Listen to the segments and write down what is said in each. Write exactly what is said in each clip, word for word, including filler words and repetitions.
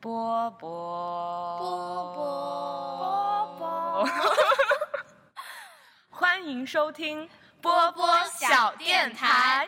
波波波波波，欢迎收听波波小电台。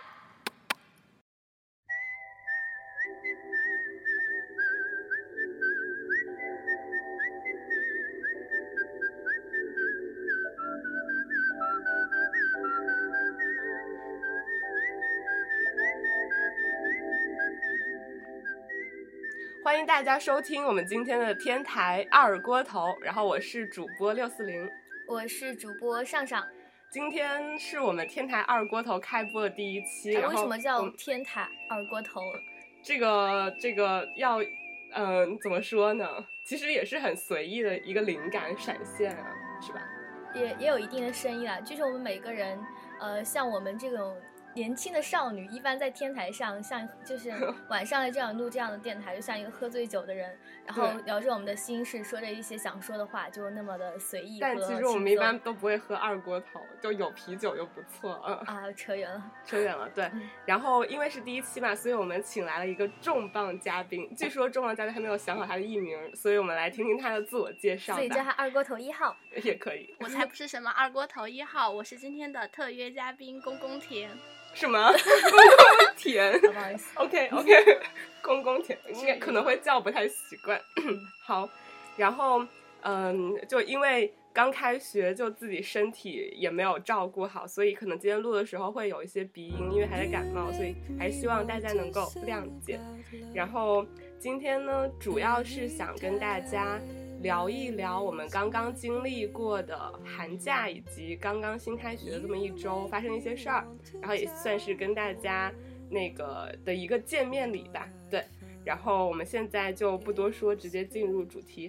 欢迎大家收听我们今天的天台二锅头，然后我是主播六四零， 我是主播上上。 今天是我们天台二锅头开播的第一期， 哎、 然后为什么叫天台二锅头？ 这个这个要嗯、呃、怎么说呢？其实也是很随意的一个灵感闪现啊，是吧？ 也也有一定的深意啦，就是我们每个人，呃，像我们这种年轻的少女，一般在天台上，像就是晚上来这样录这样的电台，就像一个喝醉酒的人，然后聊着我们的心事，说着一些想说的话，就那么的随意。 但其实我们一般都不会喝二锅头，就有啤酒就不错。嗯啊，扯远了， 扯远了。对，嗯、然后因为是第一期嘛，所以我们请来了一个重磅嘉宾。据说重磅嘉宾还没有想好他的艺名，所以我们来听听他的自我介绍吧。 所以叫他二锅头一号也可以。 我才不是什么二锅头一号，我是今天的特约嘉宾公公田。 什么？公公田？ 不好意思。 OK OK， 公公田应该可能会叫不太习惯。好，然后嗯，就因为刚开学，就自己身体也没有照顾好，所以可能今天录的时候会有一些鼻音，因为还在感冒，所以还是希望大家能够谅解。然后今天呢，主要是想跟大家聊一聊我们刚刚经历过的寒假以及刚刚新开学的这么一周发生一些事儿，然后也算是跟大家那个的一个见面礼吧。对，然后我们现在就不多说，直接进入主题。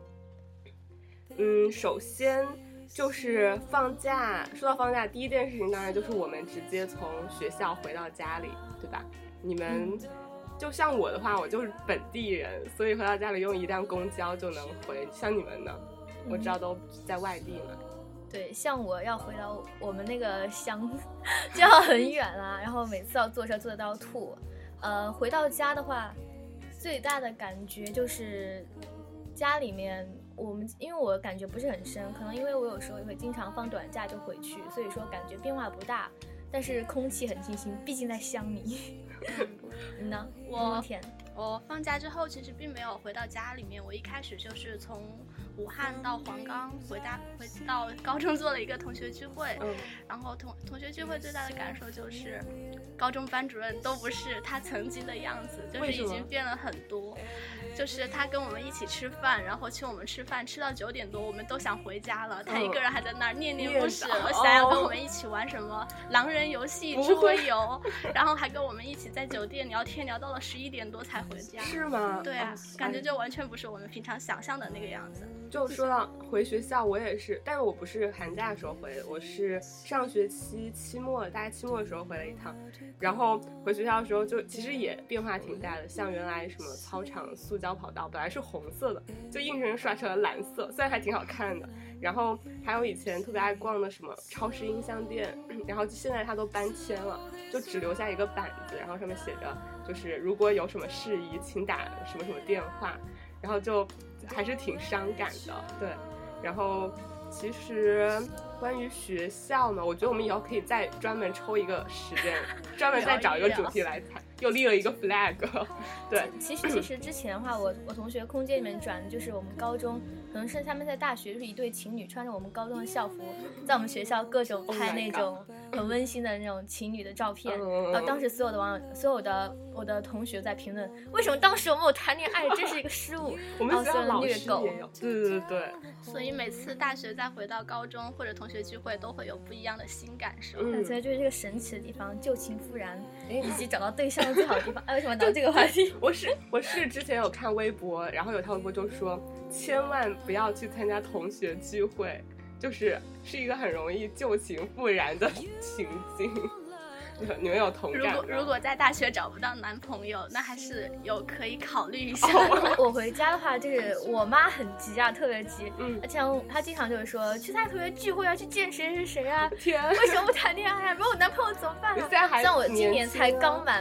嗯，首先就是放假，说到放假，第一件事情当然就是我们直接从学校回到家里，对吧？你们、嗯就像我的话，我就是本地人，所以回到家里用一辆公交就能回。像你们呢？我知道都在外地嘛。 对，像我要回到我们那个乡，就要很远啦，然后每次要坐车坐得到吐。呃，回到家的话，最大的感觉就是家里面我们，因为我感觉不是很深，可能因为我有时候也会经常放短假就回去，所以说感觉变化不大，但是空气很清新，毕竟在乡里。你呢？ 我我放假之后其实并没有回到家里面，我一开始就是从武汉到黄冈回大回到高中做了一个同学聚会，嗯、然后同同学聚会最大的感受就是高中班主任都不是他曾经的样子，就是已经变了很多。就是他跟我们一起吃饭，然后请我们吃饭，吃到九点多，我们都想回家了，他一个人还在那儿念念不舍，嗯、想要跟我们一起玩什么狼人游戏、桌游，然后还跟我们一起在酒店聊天，聊到了十一点多才回家。 是吗？ 对啊，哦、感觉就完全不是我们平常想象的那个样子。 就说到回学校，我也是，但是我不是寒假的时候回的，我是上学期期末，大概期末的时候回了一趟。然后回学校的时候，就其实也变化挺大的，像原来什么操场塑胶跑道本来是红色的，就硬生生刷成了蓝色，虽然还挺好看的。然后还有以前特别爱逛的什么超市音像店，然后现在它都搬迁了，就只留下一个板子，然后上面写着就是如果有什么事宜请打什么什么电话，然后就还是挺伤感的。对，然后其实关于学校呢，我觉得我们以后可以再专门抽一个时间，专门再找一个主题来谈，又立了一个 flag。 对， 其实其实之前的话，我我同学空间里面转的就是我们高中，可能是他们在大学就是一对情侣穿着我们高中的校服，在我们学校各种拍那种很温馨的那种情侣的照片。 Oh、 然后当时所有的网友，所有的我的同学在评论，为什么当时我们有谈恋爱，真是一个失误。 我们学校老师也有，对对对。 所以每次大学再回到高中或者同学聚会，都会有不一样的新感受。 嗯，所以就是这个神奇的地方，旧情复燃，以及找到对象的最好的地方。哎，为什么聊这个话题？ 我是我是之前有看微博，然后有条微博就说，千万不要去参加同学聚会，就是是一个很容易旧情复燃的情景。你们有同感？ 如果如果在大学找不到男朋友，那还是有可以考虑一下。 哦、我回家的话，就是我妈很急啊，特别急。 嗯， 而且她经常就是说，去参加同学聚会要去见谁谁谁啊， 天， 为什么不谈恋爱啊？没有男朋友怎么办啊？ 你现在还像我今年才刚满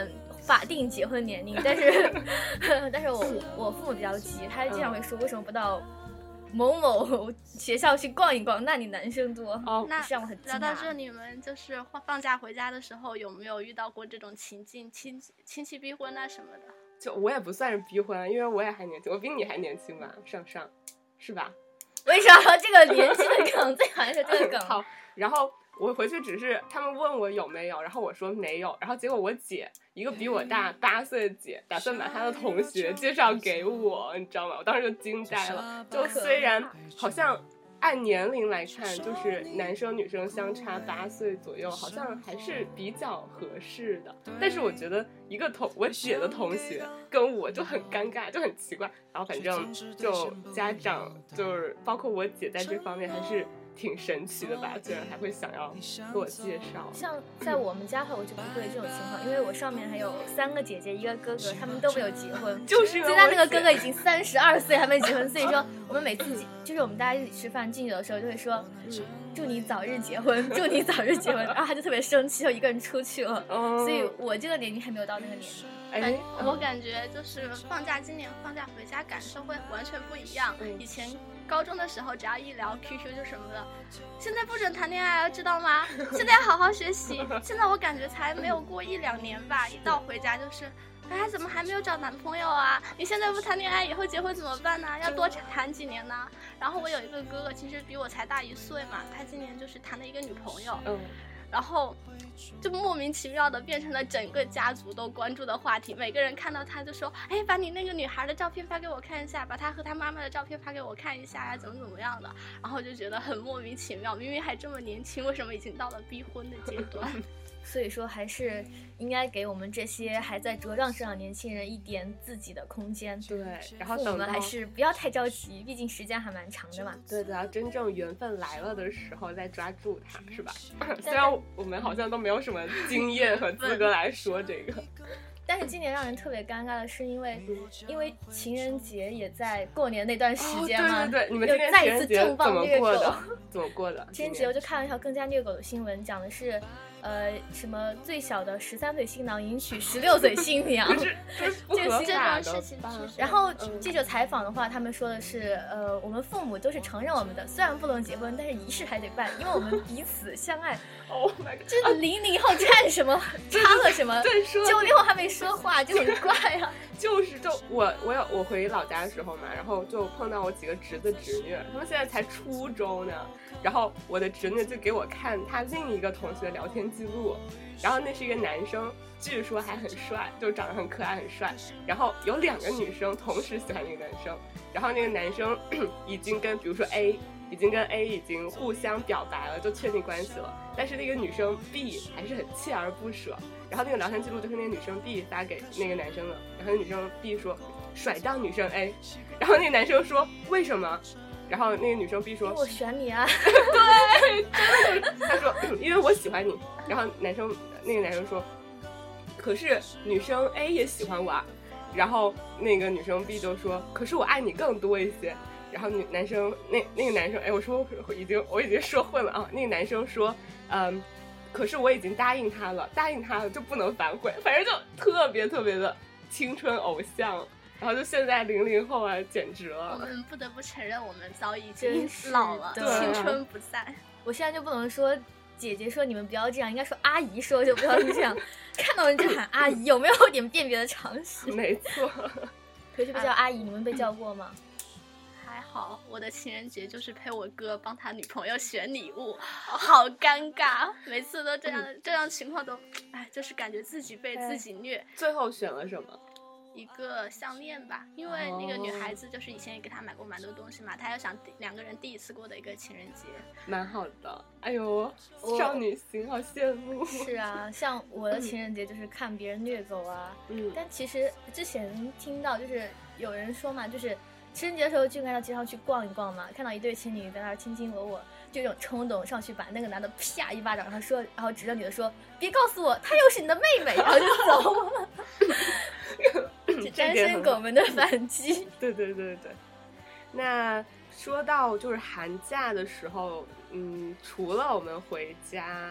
法定结婚年龄，但是但是我我父母比较急，他经常会说为什么不到某某学校去逛一逛，那里男生多。 哦， 那让我很惊讶。 聊到这，你们就是放假回家的时候，有没有遇到过这种情境，亲亲戚逼婚啊什么的？ 就我也不算是逼婚，因为我也还年轻，我比你还年轻吧，上上，是吧？ 为啥这个年纪的梗最讨厌是这个梗？ 好，然后我回去只是他们问我有没有，然后我说没有，然后结果我姐一个比我大八岁的姐打算把她的同学介绍给我，你知道吗？我当时就惊呆了。就虽然好像按年龄来看，就是男生女生相差八岁左右，好像还是比较合适的。但是我觉得一个同我姐的同学跟我就很尴尬，就很奇怪。然后反正就家长就是包括我姐在这方面还是挺神奇的吧，居然还会想要给我介绍。 像在我们家的话，我就不会这种情况，因为我上面还有三个姐姐一个哥哥，他们都没有结婚， 就是因为最大那个哥哥已经三十二岁还没结婚，所以说我们每次就是我们大家一起吃饭敬酒的时候就会说，祝你早日结婚，祝你早日结婚，然后他就特别生气，就一个人出去了。 嗯、 所以我这个年龄还没有到那个年龄。 哎， 我感觉就是放假，今年放假回家感受会完全不一样。 嗯、 以前高中的时候，只要一聊 Q Q 就什么的，现在不准谈恋爱，知道吗？现在要好好学习。现在我感觉才没有过一两年吧，一到回家就是，哎，怎么还没有找男朋友啊？你现在不谈恋爱，以后结婚怎么办呢？要多谈几年呢？然后我有一个哥哥，其实比我才大一岁嘛，他今年就是谈了一个女朋友。 嗯。 然后就莫名其妙的变成了整个家族都关注的话题，每个人看到他就说，哎，把你那个女孩的照片发给我看一下，把她和她妈妈的照片发给我看一下呀，怎么怎么样的。然后就觉得很莫名其妙，明明还这么年轻，为什么已经到了逼婚的阶段？ 所以说还是应该给我们这些还在茁壮生长年轻人一点自己的空间。 对，然后我们还是不要太着急，毕竟时间还蛮长的嘛。 对，等到真正缘分来了的时候再抓住它，是吧？虽然我们好像都没有什么经验和资格来说这个。 但是今年让人特别尴尬的是，因为、嗯、因为情人节也在过年那段时间嘛、 哦，对对对，你们今年再一次重磅虐狗， 怎么过的？ 情人节我就看了一条更加虐狗的新闻，讲的是。呃，什么最小的十三岁新郎迎娶十六岁新娘， 这是这是这种事情。 然后记者采访的话，他们说的是，呃，我们父母都是承认我们的，虽然不能结婚，但是仪式还得办，因为我们彼此相爱。 Oh my god！ 这零零后干什么？插了什么？ 对，说九零后还没说话，就很怪啊。 就是就我我有我回老家的时候嘛，然后就碰到我几个侄子侄女，他们现在才初中呢。然后我的侄女就给我看他另一个同学的聊天记录，然后那是一个男生，据说还很帅，就长得很可爱很帅。然后有两个女生同时喜欢那个男生，然后那个男生已经跟比如说 A 已经跟 A 已经互相表白了，就确定关系了。但是那个女生 B 还是很锲而不舍。然后那个聊天记录就是那个女生 B 发给那个男生的，然后那女生 B 说甩掉女生 A， 然后那个男生说为什么？然后那个女生 B 说我选你啊。 对，真的他说因为我喜欢你。然后男生那个男生说可是女生 A 也喜欢我啊。然后那个女生 B 就说可是我爱你更多一些。然后女男生那那个男生哎我说我已经我已经说混了啊。那个男生说嗯可是我已经答应他了，答应他了就不能反悔。反正就特别特别的青春偶像。然后就现在零零后啊，简直了！ 我们不得不承认，我们早已经老了，青春不在。 我现在就不能说姐姐说你们不要这样，应该说阿姨说就不要这样。看到人就喊阿姨，有没有点辨别的常识？ 没错。 可是被叫阿姨，你们被叫过吗？ 还好，我的情人节就是陪我哥帮他女朋友选礼物，好尴尬，每次都这样，嗯、这样情况都，哎，就是感觉自己被自己虐。 最后选了什么？ 一个项链吧，因为那个女孩子就是以前也给她买过蛮多东西嘛，她又想两个人第一次过的一个情人节， 蛮好的。哎呦，少女心，好羡慕。 是啊，像我的情人节就是看别人虐狗啊，嗯，但其实之前听到就是有人说嘛，就是情人节的时候就应该到街上去逛一逛嘛，看到一对情侣在那儿卿卿我我，就有种冲动上去把那个男的啪一巴掌，然后说，然后指着女的说，别告诉我她又是你的妹妹，然后就走了。单身狗们的反击。 对对对对。那说到就是寒假的时候，嗯，除了我们回家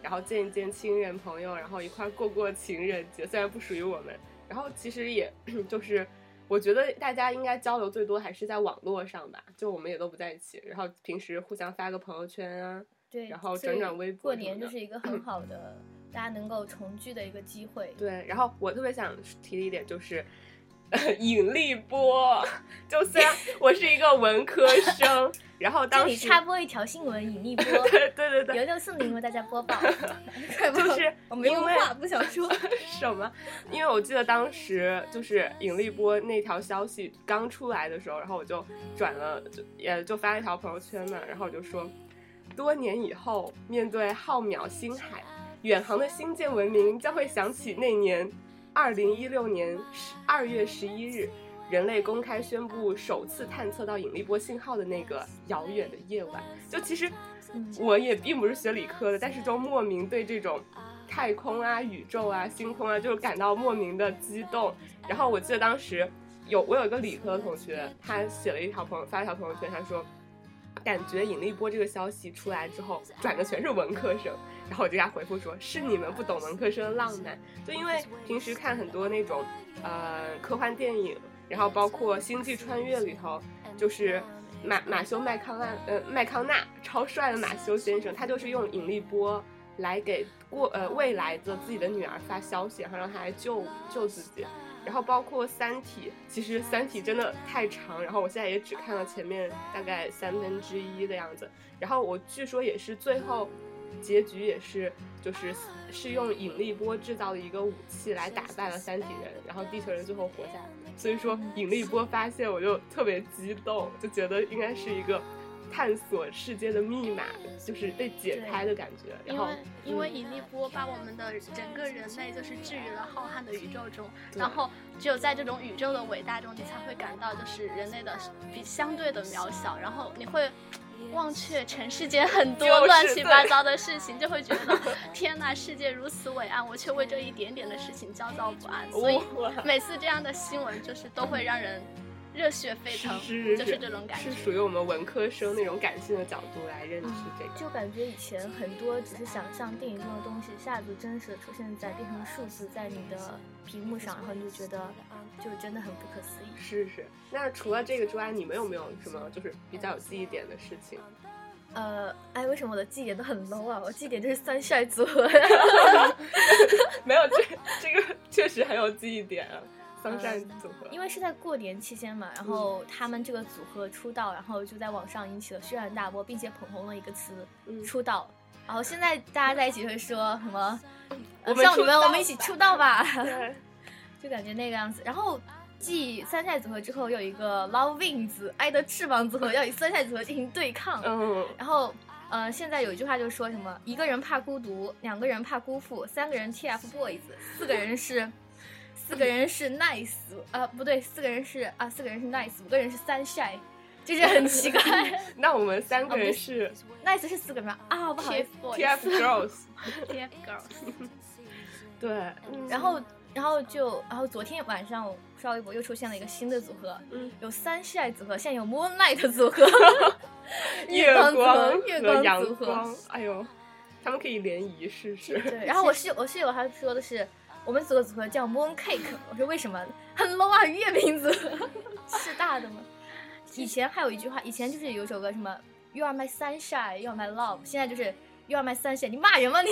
然后见一见亲人朋友，然后一块过过情人节，虽然不属于我们。然后其实也就是我觉得大家应该交流最多还是在网络上吧，就我们也都不在一起，然后平时互相发个朋友圈啊， 对， 然后转转微博。 过年就是一个很好的大家能够重聚的一个机会。 对，然后我特别想提的一点就是引力波，就虽然我是一个文科生，然后当时这里插播一条新闻，引力波， 对对对对， 由六四零为大家播报。 就是我没有话不想说什么，因为我记得当时就是引力波那条消息刚出来的时候，然后我就转了，就也就发了一条朋友圈嘛，然后我就说，多年以后，面对浩渺星海，远航的星舰文明将会想起那年。二零一六年二月十一日，人类公开宣布首次探测到引力波信号的那个遥远的夜晚。就其实我也并不是学理科的，但是就莫名对这种太空啊、宇宙啊、星空啊，就感到莫名的激动。然后我记得当时有我有一个理科的同学，他写了一条朋友发了一条朋友圈，他说感觉引力波这个消息出来之后，转的全是文科生。然后我就给他回复说，是你们不懂文科生的浪漫。就因为平时看很多那种呃科幻电影，然后包括星际穿越里头，就是马马修麦康纳呃麦康纳超帅的马修先生，他就是用引力波来给过呃未来的自己的女儿发消息，然后让她来救救自己。然后包括三体，其实三体真的太长，然后我现在也只看了前面大概三分之一的样子。然后我据说也是最后结局也是就是是用引力波制造的一个武器来打败了三体人，然后地球人最后活下来。所以说引力波发现我就特别激动，就觉得应该是一个探索世界的密码就是被解开的感觉。然后因为因为引力波把我们的整个人类就是置于了浩瀚的宇宙中，然后只有在这种宇宙的伟大中，你才会感到就是人类的比相对的渺小，然后你会忘却尘世间很多乱七八糟的事情，就会觉得天哪，世界如此伟岸，我却为这一点点的事情焦躁不安。所以每次这样的新闻就是都会让人热血沸腾， 是是就是这种感觉， 是属于我们文科生那种感性的角度来认识这个。 就感觉以前很多只是想象电影中的东西，一下子真实的出现在变成数字在你的屏幕上，然后你就觉得就真的很不可思议。 是是。那除了这个之外，你们有没有什么就是比较有记忆点的事情？ 呃，哎，为什么我的记忆点都很 low 啊？我记忆点就是三帅组合。 没有，这这个确实很有记忆点啊。桑葚组合、 嗯，因为是在过年期间嘛，然后他们这个组合出道，然后就在网上引起了轩然大波，并且捧红了一个词、嗯、出道。然后现在大家在一起会说什么？ 我们少女们，我们一起出道吧！ 对， 就感觉那个样子。然后继三晒组合之后，有一个 Love Wings 爱的翅膀组合要与三晒组合进行对抗。 嗯， 然后。呃，现在有一句话就说什么一个人怕孤独，两个人怕辜负，三个人 T F boys， 四个人是四个人是 nice， 呃，不对，四个人是啊，四个人是 nice， 五个人是三晒，就是很奇怪。 那我们三个人是、 哦、nice 是四个人啊，不好意思 ，T F girls，T F girls， 对、 嗯，然后然后就然后昨天晚上我刷微博又出现了一个新的组合，嗯，有三晒组合，现在有 Moonlight 组合。 月光月光阳组合， 哎呦，他们可以联谊试试。 对，然后我室我室友他说的是，我们组的组合叫 Moon Cake， 我说为什么？很 low 啊，月饼组合是大的吗？以前还有一句话，以前就是有首歌什么 You are my sunshine, you are my love， 现在就是 You are my sunshine， 你骂人吗你？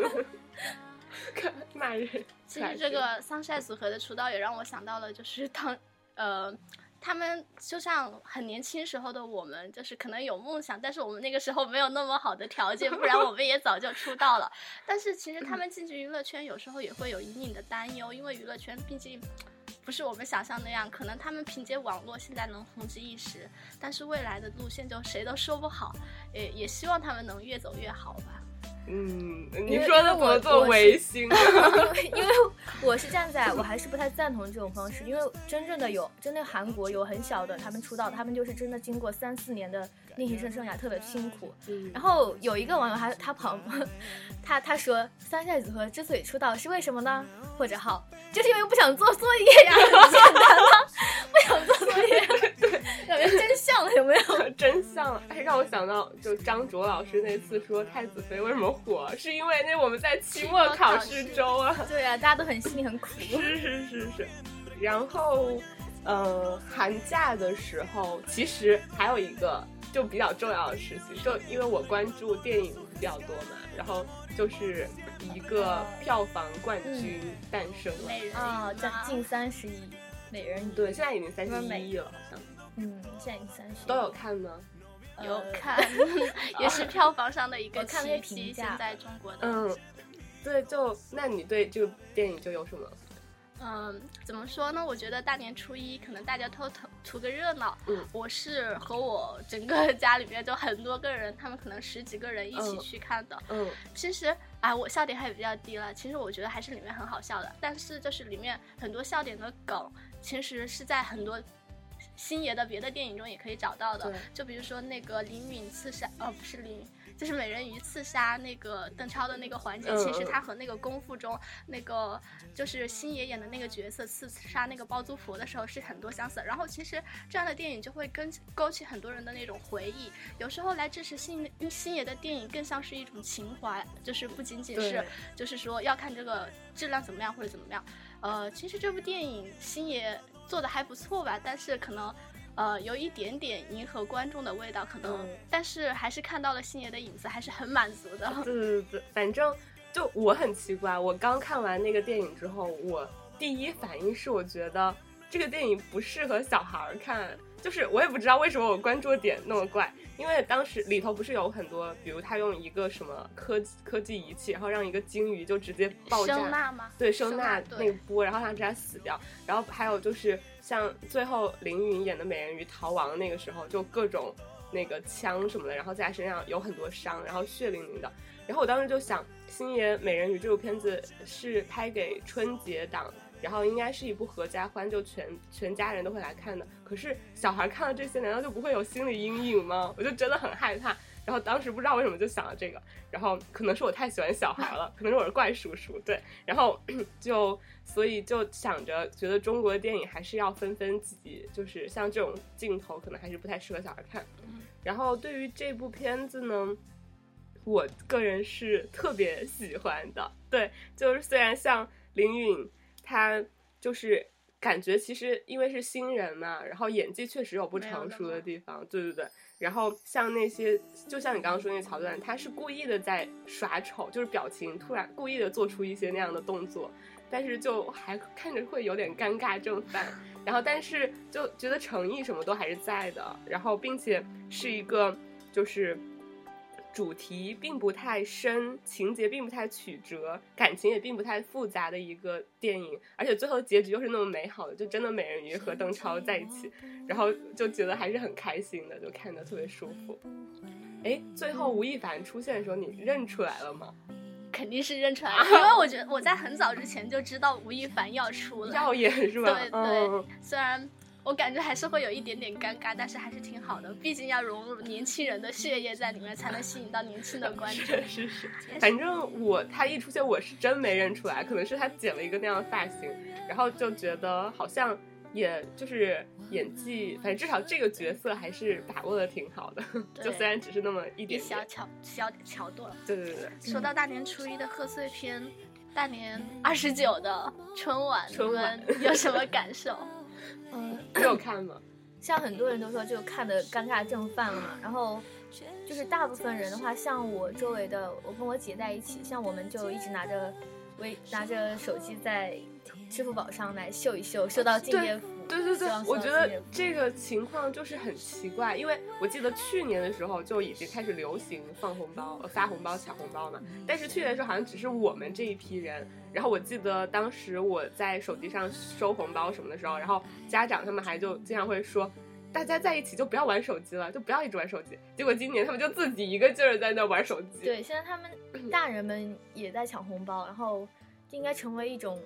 骂人。 其实这个桑晒组合的出道也让我想到了，就是当呃。他们就像很年轻时候的我们，就是可能有梦想，但是我们那个时候没有那么好的条件，不然我们也早就出道了。但是其实他们进军娱乐圈有时候也会有隐隐的担忧，因为娱乐圈毕竟不是我们想象那样，可能他们凭借网络现在能红极一时，但是未来的路线就谁都说不好，也也希望他们能越走越好吧。 嗯，你说的怎么做违心啊？ 因为我是站在我还是不太赞同这种方式，因为真正的有真的韩国有很小的他们出道，他们就是真的经过三四年的练习生生涯特别辛苦。嗯、然后有一个网友还他跑他他说三晒组合之所以出道是为什么呢？或者好就是因为不想做作业呀，很简单吗？不想做作业，感觉真相了有没有？ 真相。 像哎让我想到就张卓老师那次说太子妃为什么火，是因为那我们在期末考试周啊。 对啊，大家都很心里很苦。 是是是是。然后呃寒假的时候其实还有一个就比较重要的事情，就因为我关注电影比较多嘛，然后就是一个票房冠军诞生了。 美人鱼啊，在近三十亿美人鱼。 对，现在已经三十一亿了好像。 嗯，现在已经三十。 都有看吗？ 有看，也是票房上的一个奇迹。现在中国的， 嗯，对，就那你对这个电影就有什么？ 嗯，怎么说呢？我觉得大年初一可能大家都图图个热闹。 嗯， 我是和我整个家里面就很多个人，他们可能十几个人一起去看的。 嗯， 其实啊，我笑点还比较低了。其实我觉得还是里面很好笑的，但是就是里面很多笑点的梗，其实是在很多星爷的别的电影中也可以找到的。就比如说那个林允刺杀，哦，不是林。就是美人鱼刺杀那个邓超的那个环节， 嗯、 其实他和那个功夫中那个就是星爷演的那个角色刺杀那个包租婆的时候是很多相似的。然后其实这样的电影就会跟勾起很多人的那种回忆。有时候来支持星星爷的电影更像是一种情怀，就是不仅仅是就是说要看这个质量怎么样或者怎么样。呃，其实这部电影星爷做的还不错吧，但是可能。呃，有一点点迎合观众的味道，可能、嗯，但是还是看到了星爷的影子，还是很满足的。 对对对，反正就我很奇怪，我刚看完那个电影之后，我第一反应是我觉得这个电影不适合小孩看，就是我也不知道为什么我关注点那么怪，因为当时里头不是有很多，比如他用一个什么科技科技仪器，然后让一个鲸鱼就直接爆炸， 声呐吗？ 对，声呐那个波，然后让它死掉，然后还有就是。像最后凌云演的美人鱼逃亡的那个时候，就各种那个枪什么的，然后在他身上有很多伤，然后血淋淋的。然后我当时就想，星爷美人鱼这部片子是拍给春节档，然后应该是一部合家欢，就全全家人都会来看的。可是小孩看了这些，难道就不会有心理阴影吗？我就真的很害怕。然后当时不知道为什么就想了这个，然后可能是我太喜欢小孩了，可能是我是怪叔叔，对，然后就所以就想着觉得中国的电影还是要分分级，就是像这种镜头可能还是不太适合小孩看。然后对于这部片子呢，我个人是特别喜欢的，对，就是虽然像林允他就是感觉其实因为是新人嘛，然后演技确实有不成熟的地方，对对对。然后像那些就像你刚刚说那个桥段，他是故意的在耍丑，就是表情突然故意的做出一些那样的动作，但是就还看着会有点尴尬正反，然后但是就觉得诚意什么都还是在的，然后并且是一个就是主题并不太深，情节并不太曲折，感情也并不太复杂的一个电影，而且最后结局又是那么美好的，就真的美人鱼和邓超在一起，然后就觉得还是很开心的，就看得特别舒服。哎，最后吴亦凡出现的时候，你认出来了吗？ 肯定是认出来了，因为我觉得我在很早之前就知道吴亦凡要出了， 要演是吧？ 对对、嗯，虽然我感觉还是会有一点点尴尬，但是还是挺好的，毕竟要融入年轻人的血液在里面，才能吸引到年轻的观众。 是是是，反正我他一出现，我是真没认出来，可能是他剪了一个那样的发型，然后就觉得好像也就是演技，反正至少这个角色还是把握的挺好的，就虽然只是那么一点点一小桥小桥段。 对对对。 说到大年初一的贺岁片，大年二十九的春晚， 春晚你们有什么感受？ 嗯， 你有看吗？ 像很多人都说就看的尴尬症犯了嘛，然后就是大部分人的话，像我周围的，我跟我姐在一起，像我们就一直拿着微拿着手机在支付宝上来秀一秀，秀到敬业福。 对对对，我觉得这个情况就是很奇怪，因为我记得去年的时候就已经开始流行放红包、发红包、抢红包嘛，但是去年的时候好像只是我们这一批人。然后我记得当时我在手机上收红包什么的时候，然后家长他们还就经常会说，大家在一起就不要玩手机了，就不要一直玩手机。结果今年他们就自己一个劲儿在那玩手机。 对，现在他们大人们也在抢红包，然后应该成为一种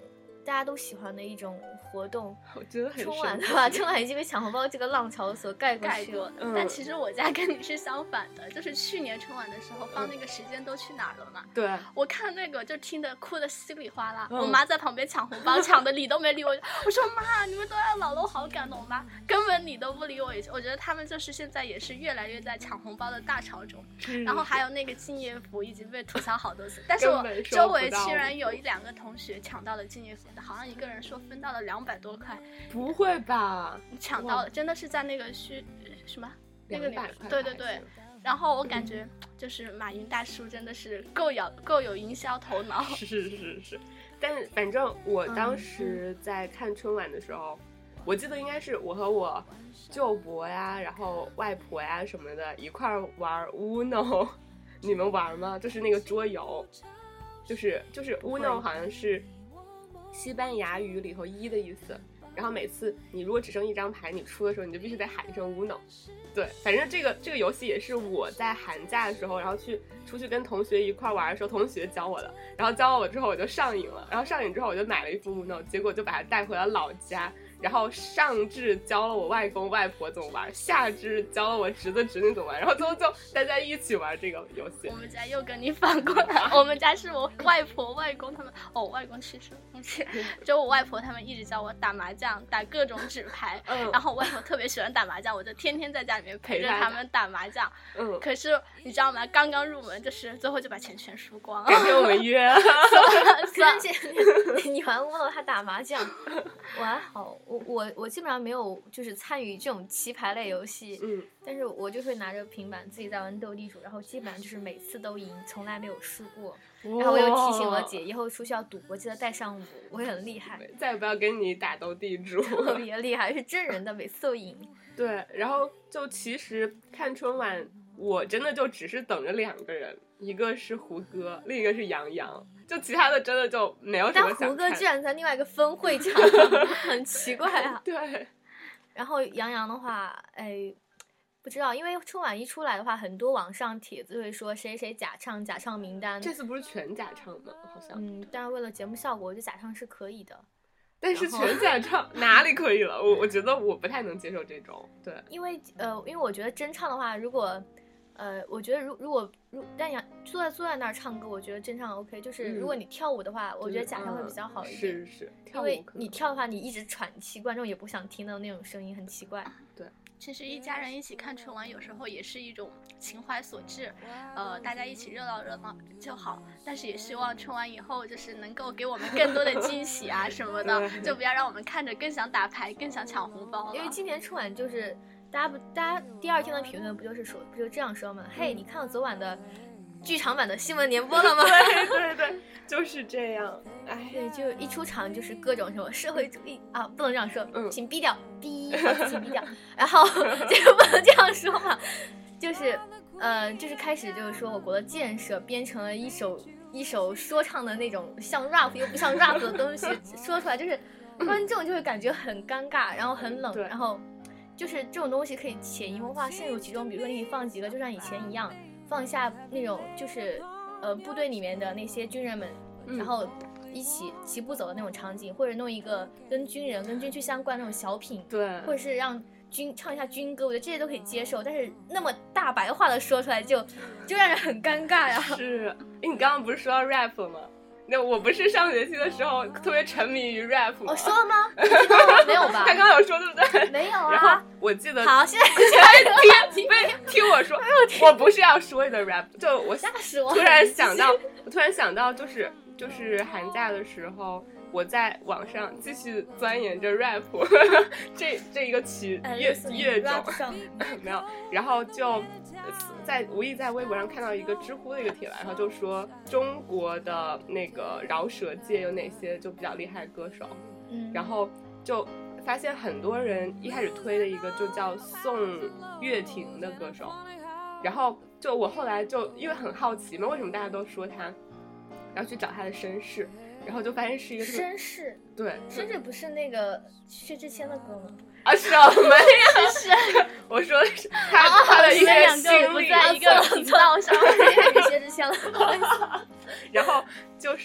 大家都喜欢的一种活动。 我觉得很春晚对吧？春晚已经被抢红包这个浪潮所盖过去了。 嗯、 但其实我家跟你是相反的，就是去年春晚的时候放那个时间都去哪儿了嘛？ 对， 我看那个就听得哭得稀里哗啦， 嗯、 我妈在旁边抢红包，抢的理都没理我。我说妈，你们都要老了，我好感动吧？根本理都不理我。我觉得他们就是现在也是越来越在抢红包的大潮中。然后还有那个敬业福已经被吐槽好多次，但是我周围居然有一两个同学抢到了敬业福的，好像一个人说分到了两百多块。 不会吧？ 你抢到了，真的是在那个虚什么那个里面？对对对。然后我感觉就是马云大叔真的是够有够有营销头脑。 是是是，但反正我当时在看春晚的时候，嗯、我记得应该是我和我舅伯呀，然后外婆呀什么的一块玩 Uno， 你们玩吗？就是那个桌游，就是就是 Uno 好像是西班牙语里头一的意思。然后每次你如果只剩一张牌，你出的时候你就必须得喊一声 Uno。对，反正这个这个游戏也是我在寒假的时候，然后去出去跟同学一块玩的时候，同学教我的。然后教完我之后我就上瘾了，然后上瘾之后我就买了一副 Uno， 结果就把它带回了老家。然后上至教了我外公外婆怎么玩，下至教了我侄子侄女怎么玩，然后最后就大家一起玩这个游戏。 我们家又跟你反过来，我们家是我外婆外公他们，哦，外公去世了，就我外婆他们一直教我打麻将，打各种纸牌，嗯、然后我外婆特别喜欢打麻将，我就天天在家里面陪着他们打麻将。嗯，可是你知道吗？刚刚入门就是最后就把钱全输光了。 改天我们约。 关键你玩乌龙，他打麻将，我还好。我我我基本上没有就是参与这种棋牌类游戏，嗯，但是我就会拿着平板自己在玩斗地主，然后基本上就是每次都赢，从来没有输过。然后我又提醒我姐，以后出去要赌博记得带上我，我也很厉害， 再也不要跟你打斗地主， 特别厉害，是真人的，每次都赢。 对，然后就其实看春晚，我真的就只是等着两个人，一个是胡歌，另一个是杨洋。就其他的真的就没有什么想看。 但胡歌居然在另外一个分会场，很奇怪啊。 对。 然后杨洋的话，哎，不知道，因为春晚一出来的话，很多网上帖子会说谁谁假唱，假唱名单。 这次不是全假唱吗？好像。 嗯，但是为了节目效果，我觉得假唱是可以的。 但是全假唱哪里可以了？我我觉得我不太能接受这种。对。 因为呃，因为我觉得真唱的话，如果。呃，我觉得如如果如但杨坐在坐在那儿唱歌，我觉得真唱 OK。就是如果你跳舞的话，嗯、我觉得假唱会比较好一点。 是是是， 因为你跳的话，你一直喘气，观众也不想听到那种声音，很奇怪。 对， 其实一家人一起看春晚，有时候也是一种情怀所致，呃，大家一起热闹热闹就好。但是也希望春晚以后就是能够给我们更多的惊喜啊什么的，就不要让我们看着更想打牌，更想抢红包了。 因为今年春晚就是。大家不，大家第二天的评论不就是说，不就这样说吗？嘿、嗯 hey, ，你看到昨晚的剧场版的新闻联播了吗？ 对对对，就是这样。哎， 对，就一出场就是各种什么社会主义啊，不能这样说， 嗯、 请逼掉，逼，请逼掉。然后这个不能这样说嘛，就是呃，就是开始就是说我国的建设编成了一首一首说唱的那种像 rap 又不像 rap 的东西，说出来就是观众就会感觉很尴尬，然后很冷，然后。就是这种东西可以潜移默化渗入其中，比如说你可以放几个就像以前一样放一下那种就是呃部队里面的那些军人们、嗯、然后一起齐步走的那种场景，或者弄一个跟军人跟军区相关的那种小品， 对， 或者是让军唱一下军歌，我觉得这些都可以接受，但是那么大白话的说出来就就让人很尴尬呀。 是，哎，你刚刚不是说到 rap 吗？那我不是上学期的时候特别沉迷于 rap 吗？ 我说了吗？没有吧？ 他刚刚有说对不对？ 没有啊。 然后我记得， 好，现在听听听我说，我不是要说的 rap， 就我突然想到，我突然想到，就是就是寒假的时候，我在网上继续钻研着 rap 这这一个曲乐乐种，没有，然后就在无意在微博上看到一个知乎的一个帖子，然后就说中国的那个饶舌界有哪些就比较厉害的歌手，嗯，然后就发现很多人一开始推的一个就叫宋岳庭的歌手，然后就我后来就因为很好奇嘛，为什么大家都说他，然后去找他的身世。然后就发现是一个绅士， 对， 绅士不是那个薛之谦的歌吗？ 啊，什么呀？是，我说的是他、哦、他的一些经历， 在一个频道上， 看见薛之谦了。 然后就是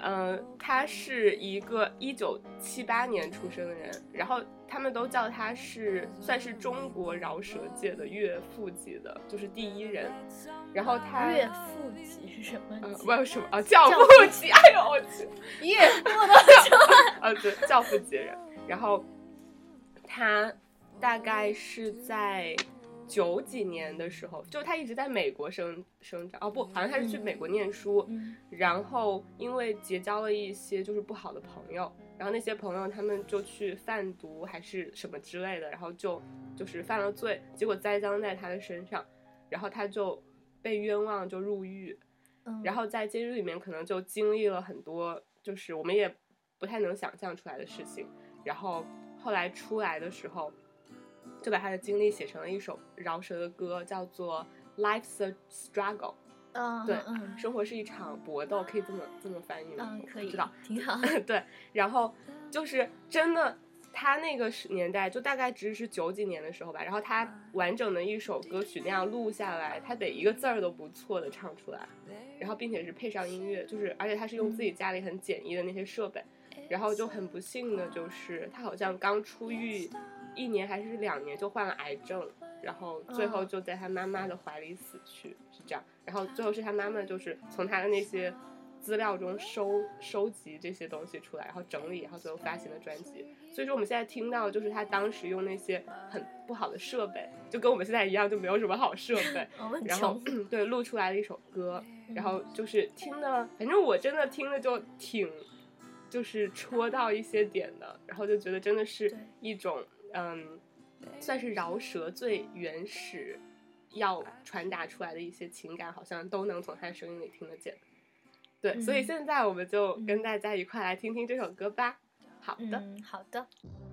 嗯、呃，他是一个一九七八年出生的人，然后他们都叫他是算是中国饶舌界的岳父级的，就是第一人。然后他岳父级是什么级？ 呃，我有什么啊？教父级！哎呦我去， 岳父都说啊，对，教父级人。然后他大概是在九几年的时候，就他一直在美国生生长，哦不，好像他是去美国念书， 嗯、 然后因为结交了一些就是不好的朋友，然后那些朋友他们就去贩毒还是什么之类的，然后就就是犯了罪，结果栽赃在他的身上，然后他就被冤枉就入狱， 嗯、 然后在监狱里面可能就经历了很多就是我们也不太能想象出来的事情，然后后来出来的时候就把他的经历写成了一首饶舌的歌，叫做 Life's a Struggle。 嗯， 对， 嗯， 生活是一场搏斗，可以这么这么翻译吗？ 嗯，可以， 知道， 挺好。 对，然后就是真的，他那个年代就大概只是九几年的时候吧，然后他完整的一首歌曲那样录下来，他得一个字儿都不错的唱出来，然后并且是配上音乐，就是而且他是用自己家里很简易的那些设备，然后就很不幸的就是他好像刚出狱一年还是两年就患了癌症，然后最后就在他妈妈的怀里死去，是这样。然后最后是他妈妈就是从他的那些资料中收收集这些东西出来，然后整理，然后最后发行了专辑。所以说我们现在听到就是他当时用那些很不好的设备，就跟我们现在一样，就没有什么好设备，然后对录出来了一首歌，然后就是听的，反正我真的听的就挺就是戳到一些点的，然后就觉得真的是一种嗯，算是饶舌最原始要传达出来的一些情感，好像都能从他的声音里听得见。对、嗯，所以现在我们就跟大家一块来听听这首歌吧。嗯、好的、 嗯，好的。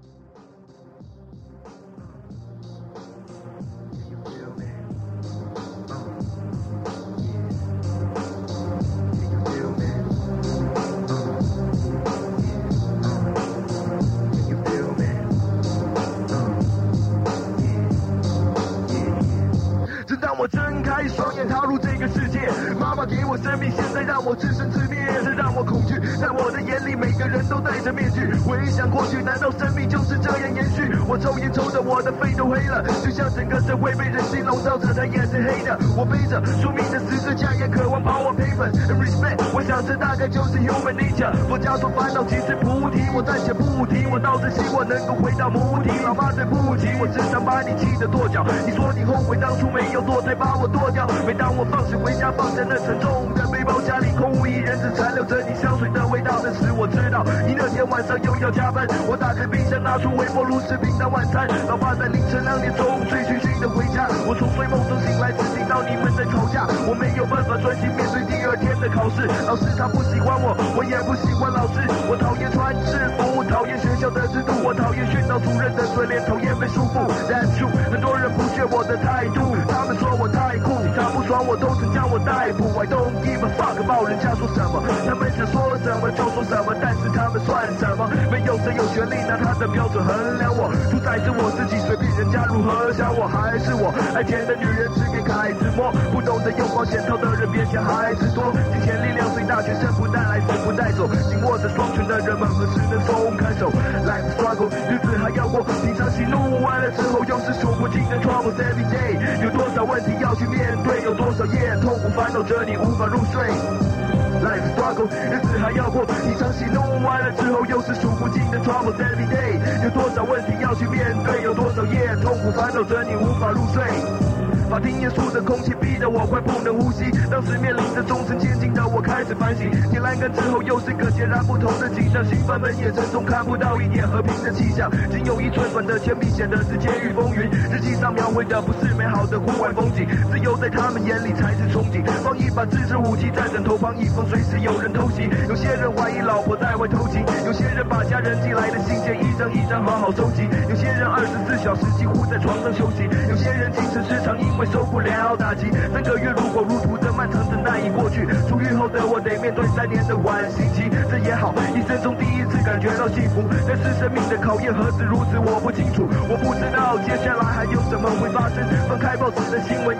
我睁开双眼踏入这个世界，妈妈给我生命，现在让我自生自灭，这让我恐惧，在我的眼里每个人都戴着面具，回想过去，难道生命就是这样延续？我抽烟抽的我的肺都黑了，就像整个社会被人心笼罩着，它也是黑的，我背着宿命的十字架，也渴望把我赔本 respect， 我想这大概就是 human nature， 佛家说烦恼即是菩提，我暂且不提，我倒是希望能够回到母体，老爸对不起，我时常把你气得跺脚，你说你后悔当初没有做才把我剁掉，每当我放学回家放着那沉重的背包，家里空无一人，只残留着你香水的味道。那时我知道你那天晚上又要加班，我打开冰箱拿出微波炉视频当晚餐，老爸在凌晨两点钟醉醺醺的回家，我从睡梦中醒来只听到你们在吵架，我没有办法专心面对第二天的考试，老师他不喜欢我，我也不喜欢老师，我讨厌穿制服，讨厌学校的制度，我讨厌训导主任的嘴脸，讨厌被束缚。That's true， 很多人不屑我的态度，他们说我太酷，他不爽我都曾将我逮捕。I don't give a fuck about 人家说什么，他们想说什么就说什么，但是他们算什么？没有谁有权利拿他的标准衡量我，主宰着我自己，随便人家如何想我，还是我爱钱的女人只给孩子摸，不懂得用保险套的人别嫌孩子多，金钱力量最大，全身不带来，死不带走，紧握着双拳的人们何时能松开手 ？Life struggle， 日子还要过，平常喜怒完了之后，又是数不尽的 troubles every day， 有多少问题要去面对，有多少夜痛苦烦恼着你无法入睡。Life struggle， 日子还要过，平常喜怒完了之后，又是数不尽的 troubles every day， 有多少问题要去面对，有多少夜痛苦烦恼着你无法入睡。法庭严肃的空气逼得我快不能呼吸，当时面临着终身监禁的我开始反省，铁栏杆之后又是个截然不同的景象，刑犯们眼神中看不到一点和平的气象，仅有一寸短的铅笔显得是监狱风云，日记上描绘的不是美好的户外风景，自由在他们眼里才是憧憬，放一把自制武器在枕头旁以防随时有人偷袭，有些人怀疑老婆在外偷情，有些人把家人寄来的信件一张一张好好收集，有些人二十四小时几乎在床上休息，有些人精神失常因为受不了打击，三个月如火如荼的漫长等待已过去，出狱后的我得面对三年的缓刑期，这也好，一生中第一次感觉到幸福，但是生命的考验何止如此，我不清楚，我不知道接下来还有什么会发生，翻开报纸的新闻又是看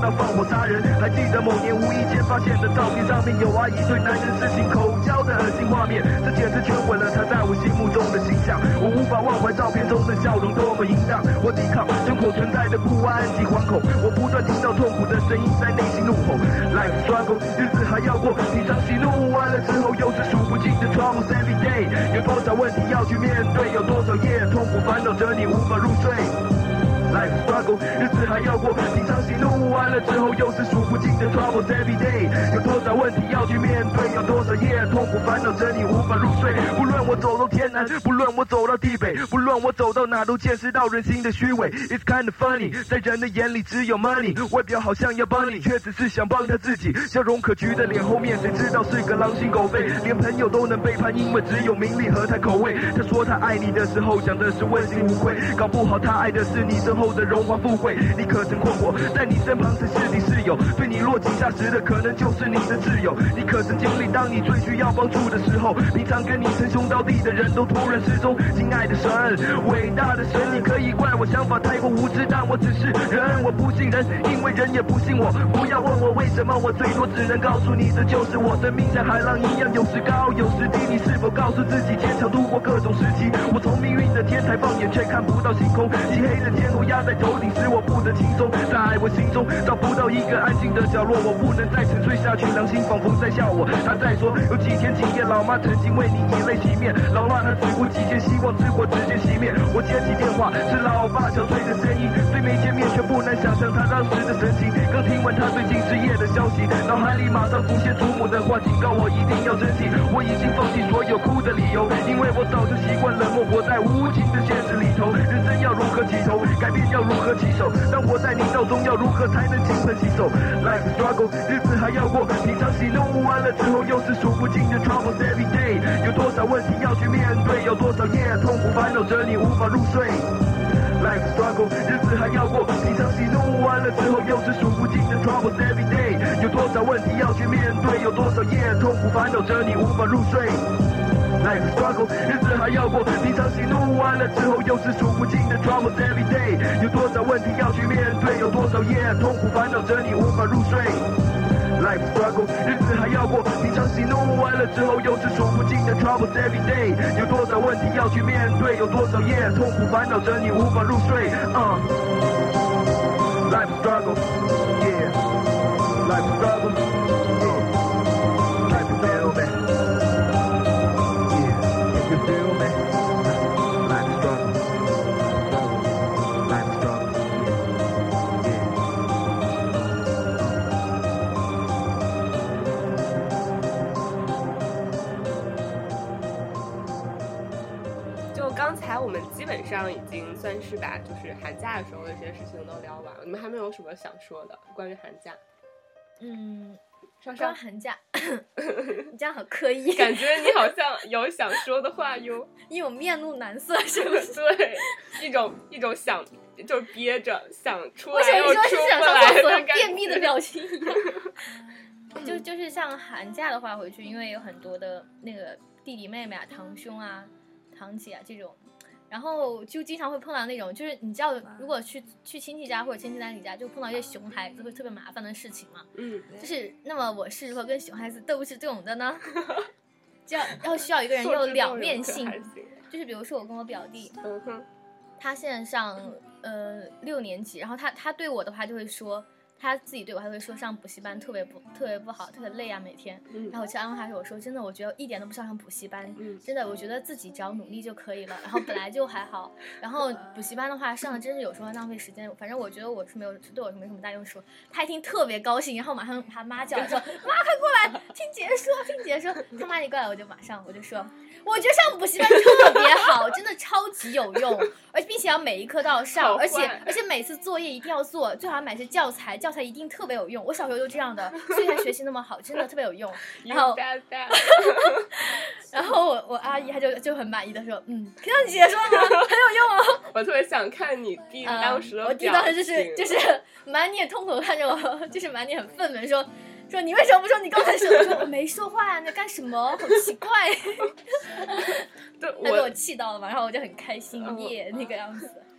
到放火杀人。还记得某年无意间发现的照片上面有阿姨对男人施行口交的恶心画面，这简直全毁了她在我心目中的形象。我无法忘怀照片中的笑容多么淫荡，我抵抗胸口存在的不安及惶恐，我不断听到痛苦的声音在内心怒吼。Life struggle， 日子还要过，平常喜怒完了之后又是数不尽的 troubles every day， 有多少问题要去面对，有多少夜痛苦烦恼着你无法入睡。Life struggle， 日子还要过，平常喜怒完了之后又是数不尽的 troubles every day， 有多少问题要去面对，有多少夜痛苦烦恼着你无法入睡。不论我走到天南，不论我走到地北，不论我走到哪都见识到人心的虚伪。It's kind of funny， 在人的眼里只有 money， 外表好像要帮你，却只是想帮他自己。笑容可掬的脸后面，谁知道是个狼心狗肺，连朋友都能背叛，因为只有名利和他口味。他说他爱你的时候，讲的是问心无愧，搞不好他爱的是你身后的荣华富贵。你可曾困惑，在你身旁是是你室友，对你落井下石的可能就是你的挚友。你可曾经历当你最需要帮助的时候，平常跟你称兄道弟的人都突然失踪。亲爱的神，伟大的神，你可以怪我想法太过无知，但我只是人，我不信人，因为人也不信我。不要问我为什么，我最多只能告诉你，这就是我生命像海浪一样，有时高有时低。你是否告诉自己坚强度过各种时期？我从命运的天台放眼，却看不到星空，漆黑的天空压在头顶，使我不得轻松。在我心中找不到一个安静的角落，我不能再沉睡下去，良心仿佛在笑我。他在说有几天几夜，老妈曾经为你以泪洗面，老妈她只顾几件希望之火直接熄灭。我接起电话，是老爸憔悴的声音，虽没见面，却不难想象他当时的神情。刚听完他最近失业的消息，脑海里马上浮现祖母的话，警告我一定要珍惜。我已经放弃所有哭的理由，因为我早就习惯冷漠，活在无情的现实里头。人生要如何起头，改变要如何起手，当活在泥沼中要如何才能金盆洗手。 Life struggle， 日子还要过，平常喜怒完了之后又是数不尽的 troubles every day， 有多少问题要去面对，有多少夜痛苦烦恼着你无法入睡。 Life struggle， 日子还要过，平常喜怒完了之后又是数不尽的 troubles every day， 有多少问题要去面对，有多少夜痛苦烦恼着你无法入睡。 Life struggle， 日子还要过，平常喜怒完了之后又是数不尽的 troubles every day， 有多少问题要去面对，有多少夜痛苦烦恼着你无法入睡。 Life struggle， 日子还要过，平常喜怒完了之后又是数不尽的 troubles every day， 有多少问题要去面对，有多少夜痛苦烦恼着你无法入睡。uh. Life struggle， yeah， Life struggle， yeah， Life feel me，yeah， you feel me， Life struggle， Life struggle， yeah。 就刚才我们基本上已经算是把就是寒假的时候的这些事情都聊完了，你们还没有什么想说的关于寒假？ 嗯， 上关于寒假，你这样好刻意， 感觉你好像有想说的话哟， 一种面露难色，是不是？ 对，一种一种想就憋着想出来我想又出说是想不来上厕所的感觉， 便秘的表情一样。就就是像寒假的话回去，因为有很多的那个弟弟妹妹啊、堂兄啊、堂姐啊这种，然后就经常会碰到那种，就是你知道，如果去去亲戚家或者亲戚男里家，就碰到一些熊孩子会特别麻烦的事情嘛。 嗯， 就是那么我是如何跟熊孩子斗智斗勇的呢？就要要需要一个人有两面性，就是比如说我跟我表弟， 嗯哼， 他现在上呃六年级，然后他他对我的话就会说。他自己对我还会说上补习班特别不特别不好，特别累啊每天。嗯、然后我去安慰他说：“我说真的，我觉得一点都不需要上补习班，嗯、真的，我觉得自己只要努力就可以了。然后本来就还好，然后补习班的话上的真是有时候浪费时间。反正我觉得我是没有对我是没什么大用处。”他一听特别高兴，然后马上他妈叫说：“妈快过来，听姐说，听姐说。”他妈一过来我就马上我就说：“我觉得上补习班特别好，真的超级有用，而且并且要每一科都要上，而且而且每次作业一定要做，最好买些教材，教材一定特别有用。我小时候就这样的，所以才学习那么好，真的特别有用。”然后，然后我我阿姨她就就很满意的说：“嗯，听到姐说吗？很有用哦。” 我特别想看你弟当时的表情、嗯、 我弟当时就是就是满脸痛苦看着我，就是满脸很愤懑说。说你为什么不说你刚才说？我说我没说话呀、啊，你在干什么？好奇怪。 对， 他给我气到了嘛，然后我就很开心耶、嗯、那个样子。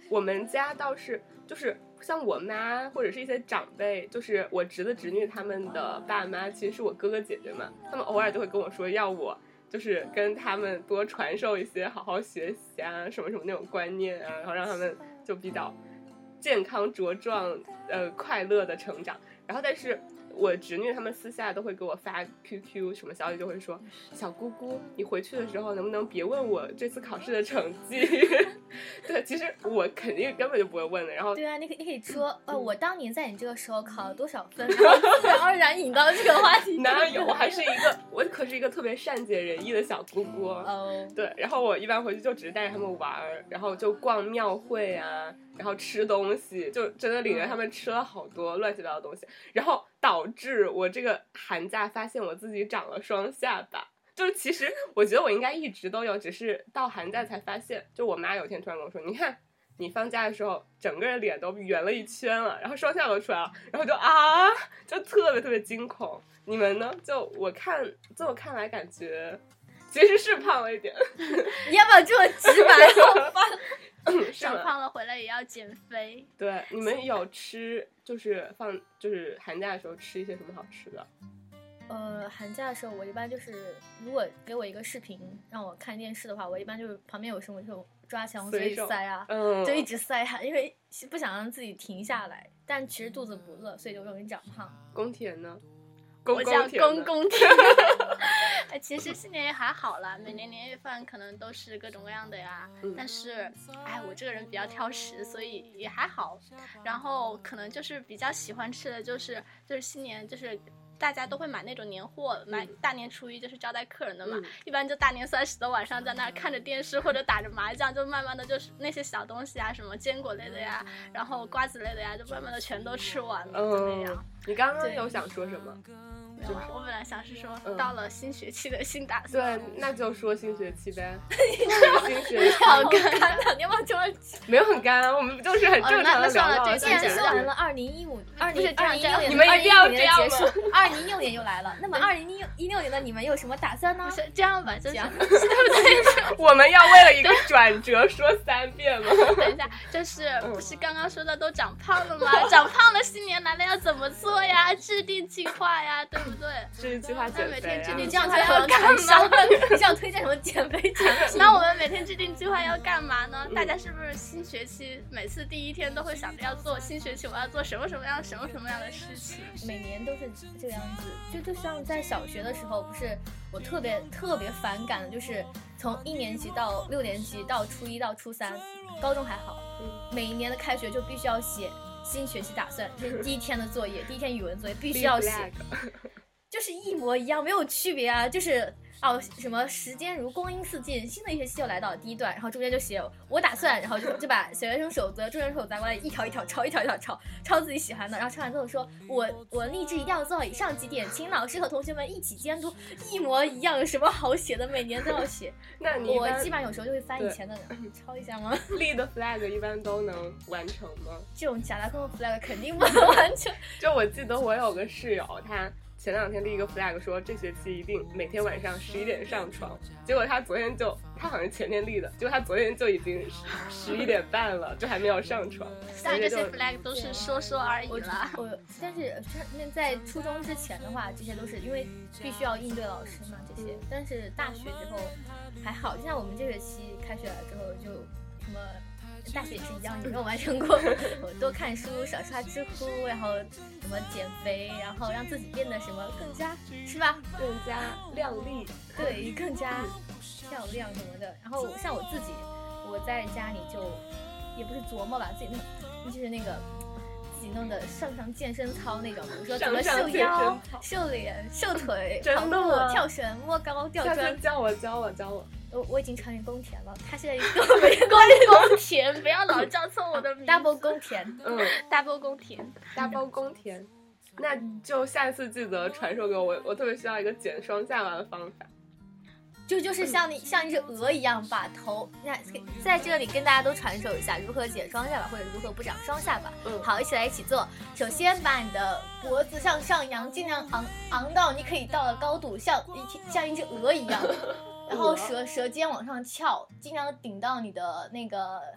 我们家倒是就是像我妈或者是一些长辈，就是我侄子侄女他们的爸妈，其实是我哥哥姐姐嘛，他们偶尔就会跟我说要我就是跟他们多传授一些好好学习啊什么什么那种观念啊，然后让他们就比较健康茁壮呃快乐的成长。然后但是我侄女他们私下都会给我发 Q Q 什么消息，就会说小姑姑你回去的时候能不能别问我这次考试的成绩对，其实我肯定根本就不会问的。然后对啊，你可以你可以说呃我当年在你这个时候考了多少分，然后自然而然引到这个话题哪有，我还是一个我可是一个特别善解人意的小姑姑哦。对，然后我一般回去就只是带着他们玩，然后就逛庙会啊，然后吃东西，就真的领着他们吃了好多乱七八糟的东西，然后导致我这个寒假发现我自己长了双下巴。就是其实我觉得我应该一直都有，只是到寒假才发现。就我妈有一天突然跟我说，你看你放假的时候整个人脸都圆了一圈了，然后双下巴都出来了，然后就啊就特别特别惊恐。你们呢？就我看在我看来感觉其实是胖了一点你要不要这么直白好吧长胖了回来也要减肥。 对，你们有吃就是放就是寒假的时候吃一些什么好吃的？ 呃，寒假的时候我一般就是，如果给我一个视频让我看电视的话，我一般就是旁边有什么就抓起来往嘴里塞啊，嗯，就一直塞啊，因为不想让自己停下来，但其实肚子不饿，所以就容易长胖。 宫田呢？ 我叫公公甜哎，其实新年也还好啦，每年年夜饭可能都是各种各样的呀、嗯、但是哎，我这个人比较挑食，所以也还好。然后可能就是比较喜欢吃的就是就是新年就是大家都会买那种年货，买大年初一就是招待客人的嘛、嗯、一般就大年三十的晚上在那儿看着电视或者打着麻将，就慢慢的就是那些小东西啊，什么坚果类的呀，然后瓜子类的呀，就慢慢的全都吃完了、嗯、就那样。 你刚刚有想说什么？ 没有啊，我本来想是说、嗯、到了新学期的新打算。 对，那就说新学期呗。新学期好干的，你要不要这么？ 没有很干啊，我们不就是很正常的聊聊。 既然说完了二零一五、二零二零一六年， 你们一定要这样吗？二零一六年又来了，那么二零一六年的你们有什么打算呢？ 不是这样吧，就是对不对？我们要为了一个转折说三遍吗？ 等一下，就是不是刚刚说的都长胖了吗？长胖了，新年来了要怎么做呀？制定计划呀，对不对？ 制定计划减肥、啊。 你这样才要干嘛？你这样推荐什么减肥产品？ 那我们每天制定计划要干嘛呢？大家是不是新学期每次第一天都会想着要做新学期我要做什么什么样什么什么样的事情？ 每年都是这个样子，就就像在小学的时候，不是我特别特别反感的，就是从一年级到六年级到初一到初三，高中还好，每一年的开学就必须要写新学期打算，就是第一天的作业，第一天语文作业必须要写，就是一模一样，没有区别啊，就是哦什么时间如光阴似箭，新的一学期就来到了第一段，然后中间就写我打算，然后就就把小学生守则、中学生守则过来一条一条抄，一条一条抄，抄自己喜欢的，然后抄完之后说我我立志一定要做到以上几点，请老师和同学们一起监督，一模一样，有什么好写的？每年都要写。 那你我基本上有时候就会翻以前的抄一下吗？ 立的 flag 一般都能完成吗？ 这种假大空的 flag 肯定不能完成。 就我记得我有个室友，他前两天立一个 flag 说这学期一定每天晚上十一点上床，结果他昨天就他好像前天立的，结果他昨天就已经十一点半了，就还没有上床。 但这些 flag 都是说说而已啦。 我但是那在初中之前的话，这些都是因为必须要应对老师嘛，这些。但是大学之后还好，就像我们这学期开学了之后，就什么。大学也是一样，你没有完成过。我多看书，少刷知乎，然后什么减肥，然后让自己变得什么更加是吧？ 更加靓丽， 对，更加漂亮什么的。然后像我自己，我在家里就也不是琢磨吧，自己弄就是那个自己弄的上上健身操那种，比如说怎么瘦腰、瘦脸、瘦腿、跑步、跳绳、摸高、吊砖。 教我，教我，教我。 我我已经传给宫田了，他现在跟我没关系。宫田，不要老叫错我的名字。 double 宫田， 嗯 ，double 宫田 ，double 宫田，那就下次记得传授给我，我我特别需要一个减双下巴的方法。 就就是像你、嗯、像一只鹅一样，把头那在这里跟大家都传授一下如何减双下巴或者如何不长双下巴。嗯，好，一起来一起做。首先把你的脖子向上扬，尽量昂昂到你可以到的高度，像一像一只鹅一样。然后舌舌尖往上翘，尽量顶到你的那个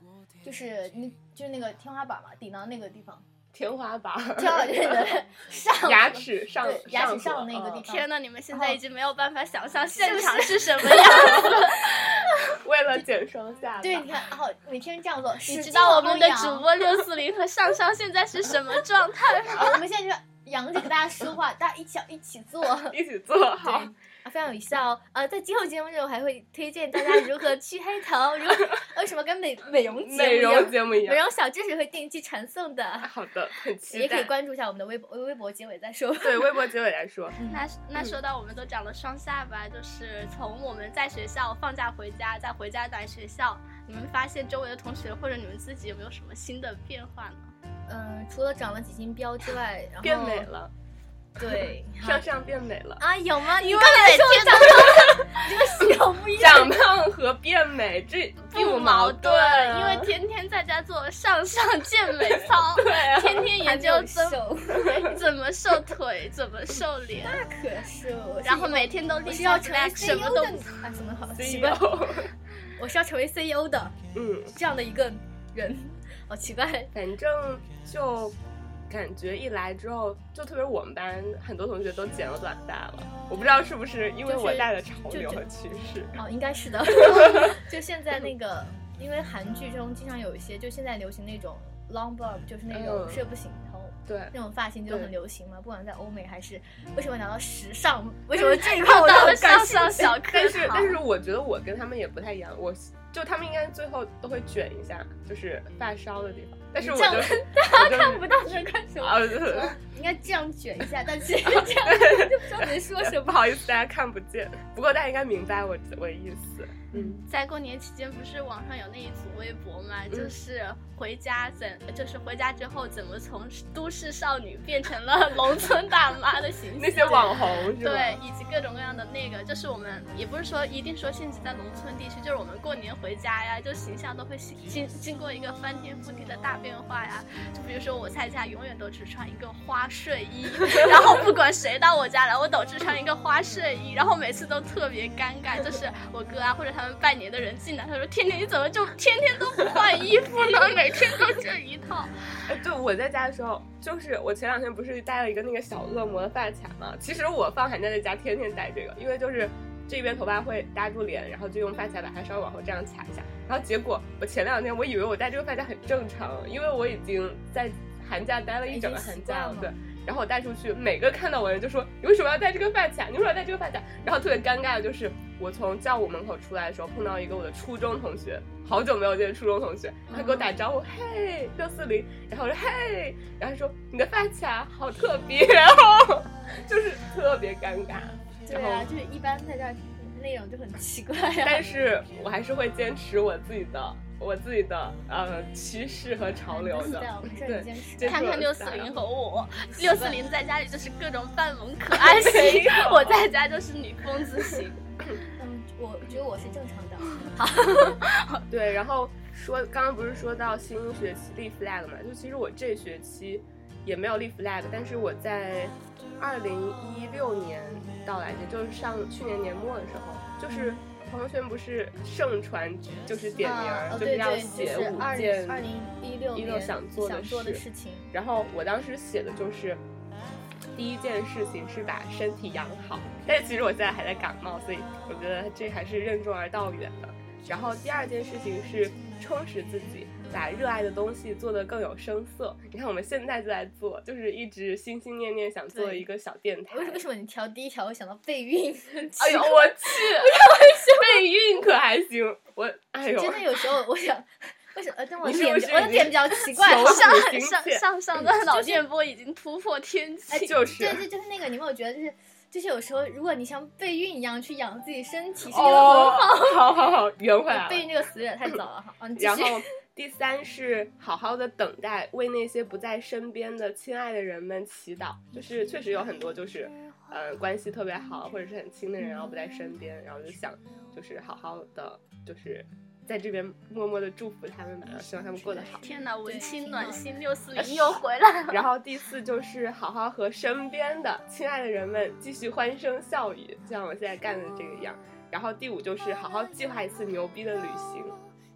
就是你就是那个天花板嘛，顶到那个地方。 天花板， 天花板就是你的上牙齿上， 对牙齿上那个地方。 天哪，你们现在已经没有办法想象现场是什么样子。 为了减双下巴。 对，你看，哦，每天这样做， 你知道我们的主播六四零和上上现在是什么状态吗？ 我们现在就仰着给大家说话，大家一起一起做， 一起做好。 非常有效。呃，在今后节目中，我还会推荐大家如何去黑头，如为什么跟美美容节目美容节目一样， 美容小知识会定期传送的。 好的，很期待。 也可以关注一下我们的微博，微博结尾再说。 对，微博结尾再说。 那那说到我们都讲了双下巴，就是从我们在学校放假回家，再回家来学校，你们发现周围的同学或者你们自己有没有什么新的变化呢？ 嗯、呃，除了长了几斤膘之外，然后变美了。 对， 上上变美了啊？有吗？你刚才说长胖，这个形容不一样。 长胖和变美这并不矛盾， 因为天天在家做上上健美操， 对、啊， 天天研究怎么怎么瘦腿，怎么瘦脸， 那可是。 然后每天都立是要成为 C E O 的，哎，什么好 C E O？ 我是要成为 C E O 的， 嗯， 这样的一个人，好奇怪。 反正就。感觉一来之后，就特别我们班很多同学都剪了短发了，我不知道是不是因为我带的潮流和趋势。 哦，应该是的。就现在那个，因为韩剧中经常有一些，就现在流行那种 long bob， 就是那种摄不醒头，嗯、 对， 那种发型就很流行嘛。不管在欧美还是为什么聊到时尚，为什么这一块我到了上上小课但是但是我觉得我跟他们也不太一样，我就他们应该最后都会卷一下，就是发梢的地方。但是我就大家看不到在干什么， 啊、 应该这样卷一下，但是这样就不知道你说什么。 不好意思，大家看不见，不过大家应该明白我我的意思。嗯， 在过年期间不是网上有那一组微博嘛，嗯、就是回家怎，就是回家之后怎么从都市少女变成了农村大妈的形象， 那些网红是吧？ 对，以及各种各样的那个，就是我们也不是说一定说限制在农村地区，就是我们过年回家呀，就形象都会经经过一个翻天覆地的大变化呀。就比如说我在家永远都只穿一个花睡衣，然后不管谁到我家来，我都只穿一个花睡衣，然后每次都特别尴尬，就是我哥啊或者他们拜年的人进来，他说天天你怎么就天天都不换衣服呢？每天都这一套。 哎，对，我在家的时候，就是我前两天不是戴了一个那个小恶魔的发卡嘛？其实我放寒假在家天天戴这个，因为就是这边头发会搭住脸，然后就用发卡把它稍微往后这样卡一下。然后结果我前两天我以为我戴这个发卡很正常，因为我已经在寒假待了一整个寒假了，对。然后我带出去，每个看到我的人就说你为什么要戴这个发卡？你为什么要戴这个发卡？然后特别尴尬的就是我从教务门口出来的时候碰到一个我的初中同学，好久没有见初中同学，他给我打招呼，嘿六四零，然后我说嘿，然后他说你的发卡好特别，然后就是特别尴尬。 对啊，就是一般在这儿那种就很奇怪啊。 但是我还是会坚持我自己的。我自己的呃趋势和潮流的， 对， 对， 看看六四零和我，六四零在家里就是各种扮萌可爱型，我在家就是女疯子型。 嗯，我觉得我是正常的。 好，对，然后说刚刚不是说到新学期立 flag 嘛？就其实我这学期也没有立 flag， 但是我在二零一六年到来，也就是上去年年末的时候，就是。朋友圈不是盛传就是点名、啊哦、就是要写五件二零一六一六想做的事, 做的事情， 然后我当时写的就是第一件事情是把身体养好，但是其实我现在还在感冒，所以我觉得这还是任重而道远的。然后第二件事情是充实自己，把热爱的东西做得更有声色。你看我们现在就在做，就是一直心心念念想做一个小电台。 为什么你调第一条会想到备孕？ 哎呦我去，备孕可还行，我哎呦， 真的有时候我想。为什么？但我的点， 是是我的点比较奇怪。 上上上上的脑电波已经突破天际， 哎、就是对对，就是那个，你有没有觉得，就是就是有时候，如果你像备孕一样去养自己身体，是一个很好， 好， 好好好，圆回来了。 备孕这个词有点太早了哈。啊、 然后第三是好好的等待，为那些不在身边的亲爱的人们祈祷。就是确实有很多就是呃关系特别好或者是很亲的人，然后不在身边，然后就想就是好好的就是在这边默默的祝福他们吧，然后希望他们过得好。 天哪，文青暖心六四零又回来了。 然后第四就是好好和身边的亲爱的人们继续欢声笑语，就像我现在干的这个样。然后第五就是好好计划一次牛逼的旅行。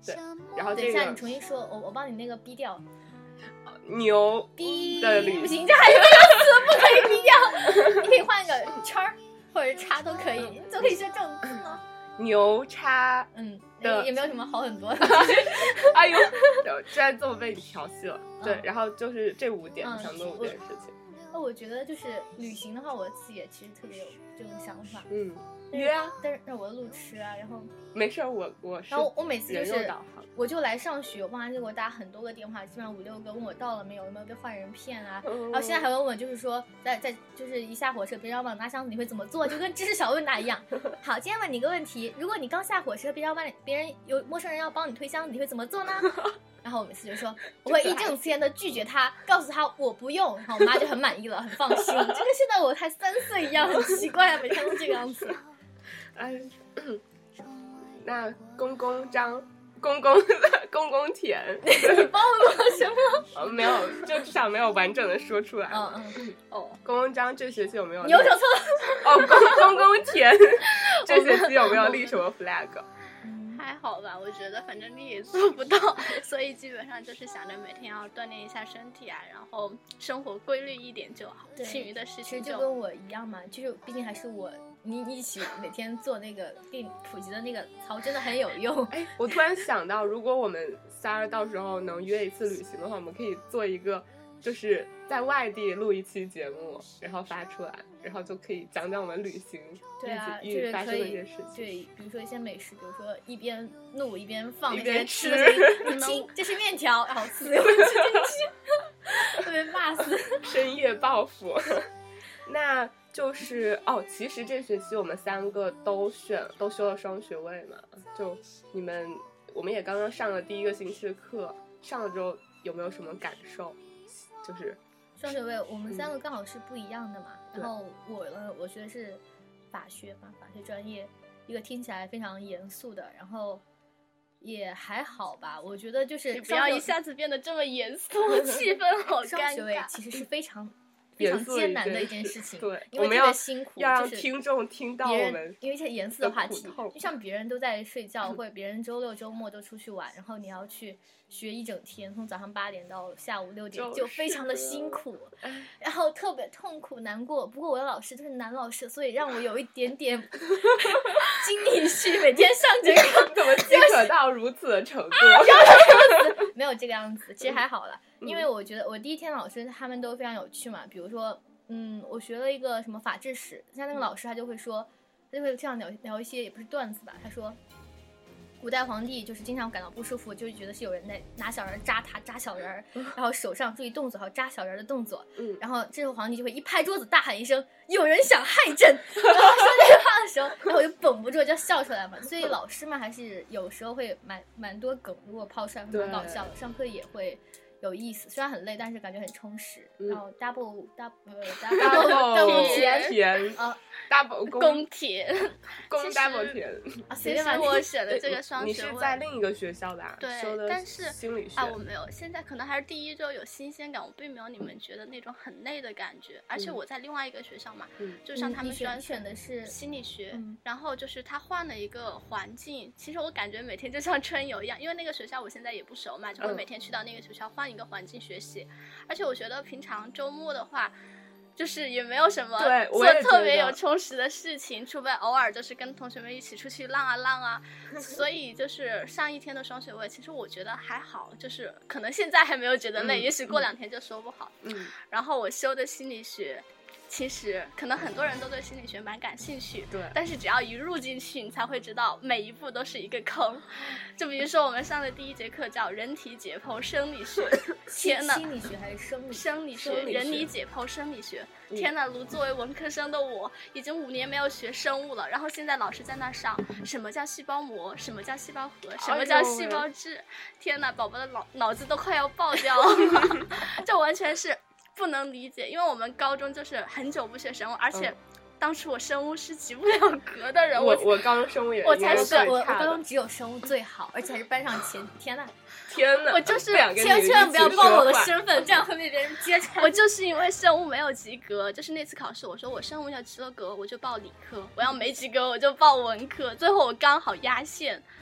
对，然后这个等一下你重新说，我我帮你那个逼掉。 牛逼的旅不行，这还是这个词不可以逼掉。你可以换一个叉儿或者叉都可以，你怎么可以说这种字呢？ 牛叉， 嗯， 的也没有什么好很多。 哎呦，居然这么被你调戏了。对， 嗯、 然后就是这五点， 嗯、 想做五件事情。 那我觉得就是旅行的话，我自己也其实特别有这种想法。 嗯，约啊， 但是让我的路痴啊，然后没事，我我是， 然后我每次就是导航， 我就来上学，我爸妈就给我打很多个电话，基本上五六个，问我到了没有，有没有被坏人骗啊。 嗯、 然后现在还问我，就是说在在就是一下火车，别人要帮你拿箱子，你会怎么做？就跟知识小问答一样。好，今天问你一个问题，如果你刚下火车，别人要帮你，别人有陌生人要帮你推箱子，你会怎么做呢？然后我每次就说，我会义正辞严的拒绝他，告诉他我不用，然后我妈就很满意了，很放心。就跟现在我才三岁一样，很奇怪啊，每天都这个样子。 哎，那公公张，公公公公田， 你帮我说什么？ 哦，没有，就至少没有完整的说出来。 嗯嗯哦，公公张这学期有没有？ 你又说错了。 哦，公公公田这学期有没有立什么 flag？ 还好吧，我觉得反正你也做不到，所以基本上就是想着每天要锻炼一下身体啊，然后生活规律一点就好，其余的事情就其实就跟我一样嘛，就是毕竟还是我你一起每天做那个给你普及的那个操，真的很有用。 哎，我突然想到，如果我们仨到时候能约一次旅行的话，我们可以做一个就是在外地录一期节目，然后发出来，然后就可以讲讲我们旅行对啊， 就是发生的一些事情。 对，比如说一些美食，比如说一边录一边放一边吃， 你听这是面条，好吃，我吃进去，会被骂死。 深夜报复。那就是哦，其实这学期我们三个都选都修了双学位嘛，就你们我们也刚刚上了第一个星期的课，上了之后有没有什么感受？就是双学位我们三个刚好是不一样的嘛， 嗯、 然后我呢我学的是法学嘛，法学专业，一个听起来非常严肃的，然后也还好吧，我觉得就是你不要一下子变得这么严肃，气氛好尴尬。 双学位其实是非常非常艰难的一件事情， 对， 因为特别辛苦， 要让听众听到我们因为这严肃的话题，就像别人都在睡觉，或者别人周六周末都出去玩，然后你要去学一整天，从早上八点到下午六点，就非常的辛苦，然后特别痛苦难过。不过我的老师就是男老师，所以让我有一点点精力去每天上这个， 怎么饥渴到如此的程度？ 没有这个样子，其实还好了。因为我觉得我第一天老师他们都非常有趣嘛，比如说，嗯，我学了一个什么法制史，像那个老师他就会说，他就会这样聊聊一些也不是段子吧，他说，古代皇帝就是经常感到不舒服，就觉得是有人在拿小人扎他，扎小人，然后手上注意动作，还有扎小人的动作， 嗯， 然后这时候皇帝就会一拍桌子，大喊一声，有人想害朕，然后说这句话的时候，然后我就绷不住就笑出来嘛。所以老师们还是有时候会蛮蛮多梗，如果抛出来会蛮搞笑的，上课也会有意思，虽然很累，但是感觉很充实。嗯、然后 double double 呃 double double 田田啊 double 公田公 double 田啊， 其实我选的这个双学位， 你是在另一个学校的、啊， 对，但是心理学啊，我没有，现在可能还是第一周有新鲜感，我并没有你们觉得那种很累的感觉。而且我在另外一个学校嘛， 嗯、 就像他们专选的是心理学， 嗯、 然后就是他换了一个环境，其实我感觉每天就像春游一样，因为那个学校我现在也不熟嘛，就会每天去到那个学校换一个环境学习。而且我觉得平常周末的话，就是也没有什么做特别有充实的事情，除非偶尔就是跟同学们一起出去浪啊浪啊。所以就是上一天的双学位，其实我觉得还好，就是可能现在还没有觉得累，嗯、也许过两天就说不好。 嗯， 然后我修的心理学。其实可能很多人都对心理学蛮感兴趣， 对， 但是只要一入进去，你才会知道每一步都是一个坑。就比如说我们上的第一节课叫人体解剖生理学，天哪， 心理学还是生理生理学？人体解剖生理学， 嗯、 天哪！如作为文科生的我，已经五年没有学生物了，然后现在老师在那上什么叫细胞膜，什么叫细胞核，什么叫细胞质，哎、天哪，宝宝的脑脑子都快要爆掉了，这完全是。不能理解，因为我们高中就是很久不学生物，而且当初我生物是及不了格的人。 我我高中生物也我才是我我高中只有生物最好，而且还是班上前。天呐， 天呐， 我就是千千万不要暴露我的身份，这样会被别人揭穿。 我就是因为生物没有及格，就是那次考试，我说我生物要及了格我就报理科，我要没及格我就报文科，最后我刚好压线。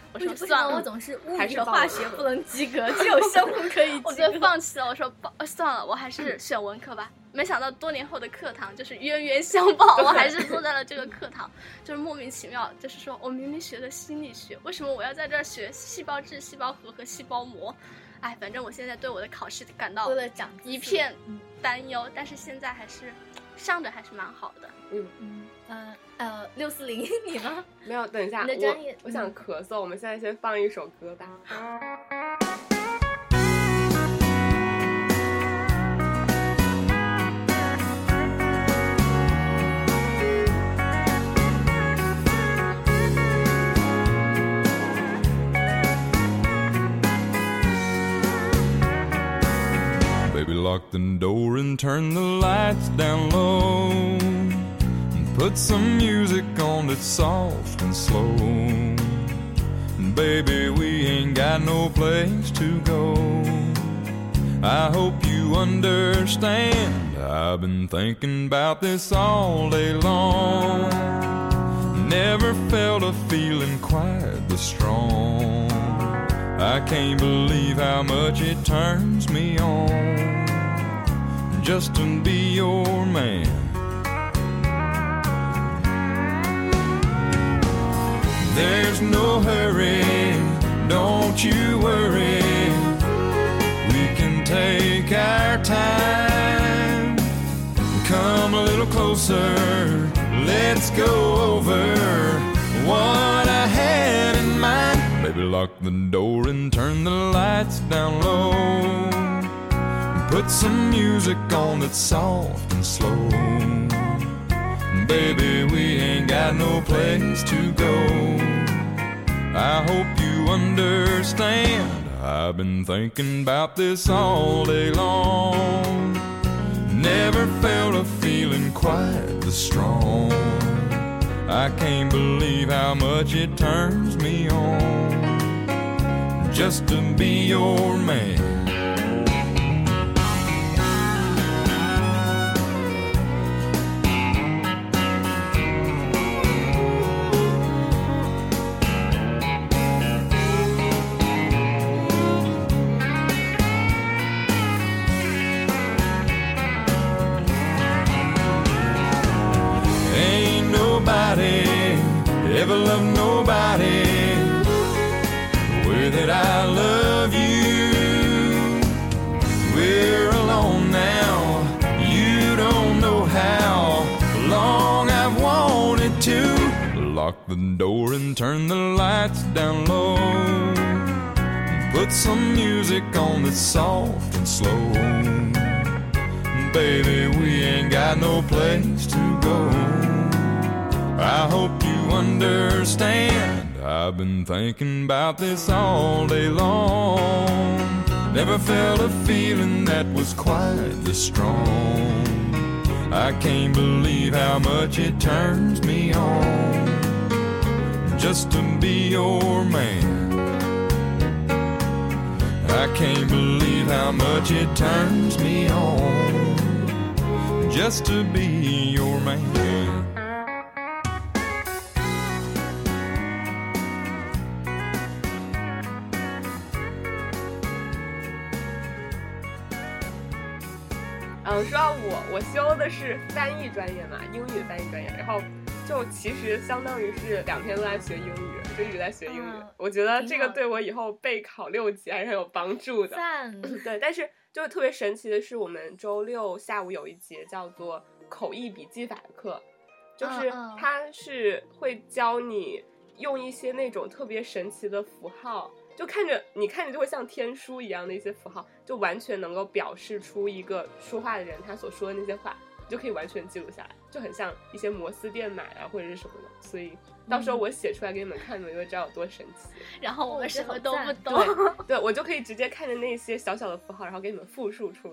我说算了， 我总是物理还是和化学不能及格，只有生物可以及格。 我就放弃了，我说不算了，我还是选文科吧。没想到多年后的课堂就是冤冤相报，我还是坐在了这个课堂，就是莫名其妙，就是说我明明学的心理学，为什么我要在这儿学细胞质、细胞核和细胞膜？哎，反正我现在对我的考试感到一片担忧，但是现在还是上着还是蛮好的。 嗯嗯呃呃，六四零，你呢？ 没有，等一下， 你的专业我我想咳嗽，我们现在先放一首歌吧。 Baby, lock the door and turn the lights down low, and put some music on that's soft and slow. Baby, we ain't got no place to go. I hope you understand, I've been thinking about this all day long. Never felt a feeling quite this strong. I can't believe how much it turns me on just to be your man. There's no hurry, don't you worry. We can take our time. Come a little closer, let's go over what I had in mind. Baby, lock the door and turn the lights down low. Put some music on that's soft and slow. Baby, we ain't got no place to go. I hope you understand, I've been thinking about this all day long. Never felt a feeling quite this strong. I can't believe how much it turns me on just to be your man. Ever love nobody the way that I love you. We're alone now, you don't know how long I've wanted to. Lock the door and turn the lights down low, and put some music on that's soft and slow. Baby, we ain't got no place to go. I hope you understand, I've been thinking about this all day long. Never felt a feeling that was quite this strong. I can't believe how much it turns me on just to be your man. I can't believe how much it turns me on just to be your man. 嗯，说到我，我修的是翻译专业嘛，英语翻译专业，然后就其实相当于是两天都在学英语，就一直在学英语。嗯、我觉得这个对我以后备考六级还是很有帮助的。 赞。 对，但是就是特别神奇的是，我们周六下午有一节叫做口译笔记法的课，就是它是会教你用一些那种特别神奇的符号。就看着你看着就会像天书一样的一些符号，就完全能够表示出一个说话的人他所说的那些话，就可以完全记录下来，就很像一些摩斯电码啊或者是什么的。所以到时候我写出来给你们看，你们就会知道有多神奇。 然后我们什么都不懂， 对，对我就可以直接看着那些小小的符号，然后给你们复述出来。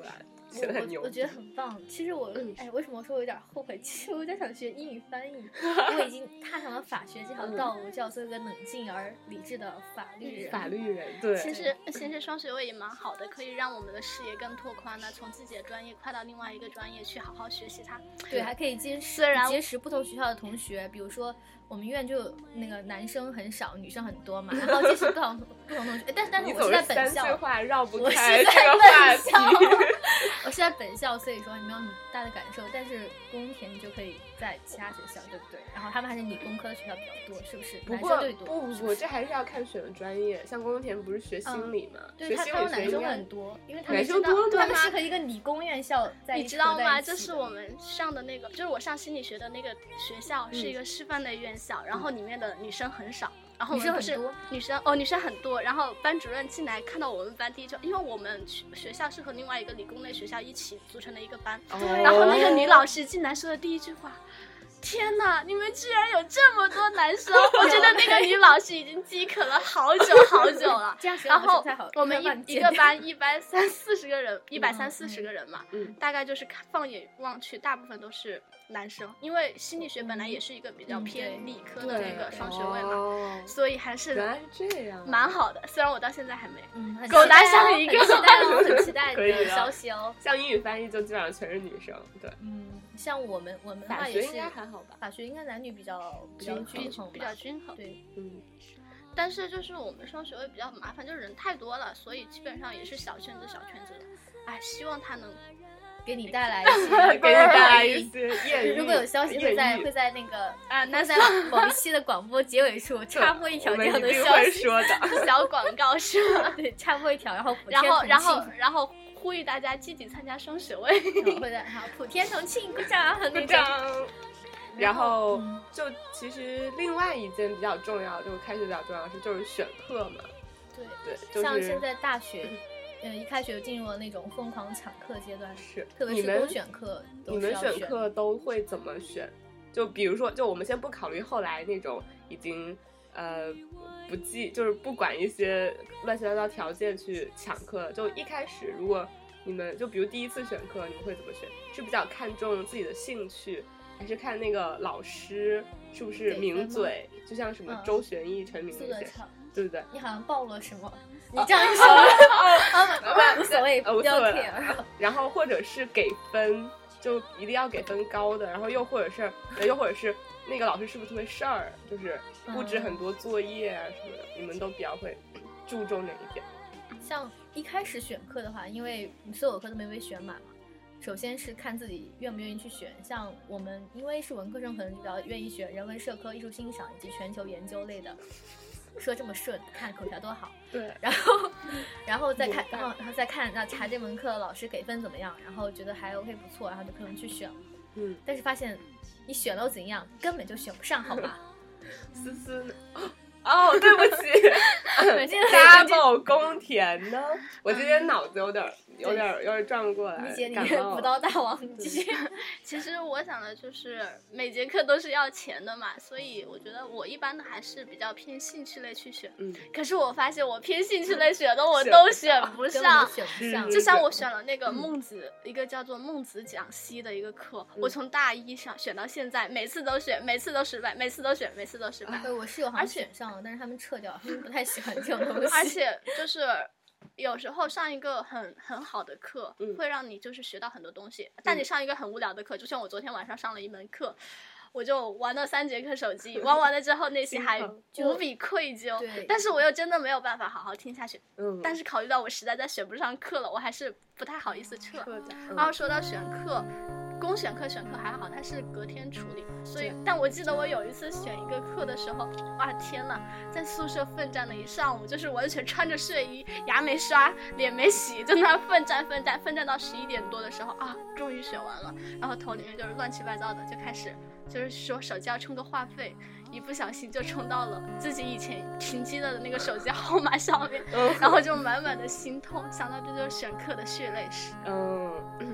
写的很牛我。我觉得很棒。其实我，哎，为什么说我有点后悔？其实我有点想学英语翻译，因为已经踏上了法学这条道路，就要做一个冷静而理智的法律人。 法律人，对。 其实其实双学位也蛮好的，可以让我们的视野更拓宽呢，从自己的专业跨到另外一个专业去好好学习它。 对，还可以结识结识不同学校的同学，比如说我们院就那个男生很少，女生很多嘛，然后结识不同不同同学。但是但是我是在本校， 三句话绕不我是开这在个话本校题。 我是在本校，所以说你没有很大的感受。但是工田你就可以在其他学校，对不对？然后他们还是理工科的学校比较多，是不是？ 不过男生最多。 不不不，这还是要看选的专业。像宫田不是学心理嘛？ 嗯、对， 学他他们男生心理学应该很多，因为他们男生多对他们适合一个理工院校在一你知道吗？ 这是我们上的那个，就是我上心理学的那个学校，是一个师范类院校，嗯、然后里面的女生很少。然后我们不是女生很多， 女生哦，女生很多。然后班主任进来看到我们班第一就，因为我们学校是和另外一个理工类学校一起组成的一个班， 哦、 然后那个女老师进来说的第一句话。天哪！你们居然有这么多男生！我觉得那个女老师已经饥渴了好久好久了。然后我们一一个班一般三四十个人，一百三四十个人嘛， 嗯， 大概就是放眼望去，大部分都是男生，因为心理学本来也是一个比较偏理科的那个双学位嘛， 哦、 所以还是原来是这样， 蛮好的。虽然我到现在还没嗯狗搭上一个， 很期待哦，很期待的消息哦。 像英语翻译就基本上全是女生，对， 嗯。像我们我们法学应该还好吧？ 法学应该男女比较比较均衡， 比较均衡。 对， 嗯。 但是就是我们双学位比较麻烦，就是人太多了，所以基本上也是小圈子小圈子的。哎，希望他能给你带来一些， 给你带来一些艳遇。 如果有消息会在会在那个啊，那在某一期的广播结尾处插播一条这样的消息， 说的小广告是吧？ 对，插播一条，然后然后然后然后。呼吁大家积极参加双学位， 会的。好，普天同庆，鼓掌， 鼓掌。然后就其实另外一件比较重要，就是开学比较重要的是就是选课嘛。 对对，就是像现在大学，嗯，一开学就进入了那种疯狂抢课阶段， 是， 特别是公选课， 你们选课都会怎么选？就比如说，就我们先不考虑后来那种已经。呃，不计就是不管一些乱七八糟条件去抢课，就一开始如果你们就比如第一次选课，你们会怎么选？是比较看重自己的兴趣，还是看那个老师是不是名嘴？就像什么周旋逸、陈明那些，对不对？ 你好像暴露了什么？你这样一说，无所谓， 无所谓。然后或者是给分，就一定要给分高的，然后又或者是，又或者是。那个老师是不是特别事儿？就是布置很多作业啊什么的，嗯、你们都比较会注重哪一点？ 像一开始选课的话，因为所有课都没被选满嘛，首先是看自己愿不愿意去选。像我们因为是文科生，可能就比较愿意选人文社科、艺术欣赏以及全球研究类的。说这么顺，看口条多好。 对， 然后，然后再看，然后然后再看那查这门课老师给分怎么样，然后觉得还 OK 不错，然后就可能去选了。 嗯， 但是发现你选了又怎样，根本就选不上，好吧？ 思思呢？哦，对不起，家暴宫田呢？我今天脑子有点有点有点转不过来。 理解你补刀大王继续。 其实我想的就是每节课都是要钱的嘛，所以我觉得我一般的还是比较偏兴趣类去选。 嗯。 可是我发现我偏兴趣类选的我都选不上， 选不上。 就像我选了那个孟子，一个叫做孟子讲析的一个课，我从大一上选到现在，每次都选，每次都失败，每次都选，每次都失败。 对，我室友好像选上了，但是他们撤掉，他们不太喜欢这种东西。 而且就是有时候上一个很很好的课， 嗯、 会让你就是学到很多东西，但你上一个很无聊的课，就像我昨天晚上上了一门课。我就玩了三节课手机，玩完了之后内心还无比愧疚，但是我又真的没有办法好好听下去。 嗯， 但是考虑到我实在在选不上课了，我还是不太好意思撤。 嗯、 然后说到选课，公选课选课还好，它是隔天处理，所以但我记得我有一次选一个课的时候，哇天呐，在宿舍奋战了一上午，就是完全穿着睡衣，牙没刷，脸没洗，就那奋战奋战奋战到十一点多的时候啊，终于选完了，然后头里面就是乱七八糟的，就开始就是说手机要充个话费，一不小心就充到了自己以前停机了的那个手机号码上面，然后就满满的心痛，想到这就是选课的血泪史。 嗯，反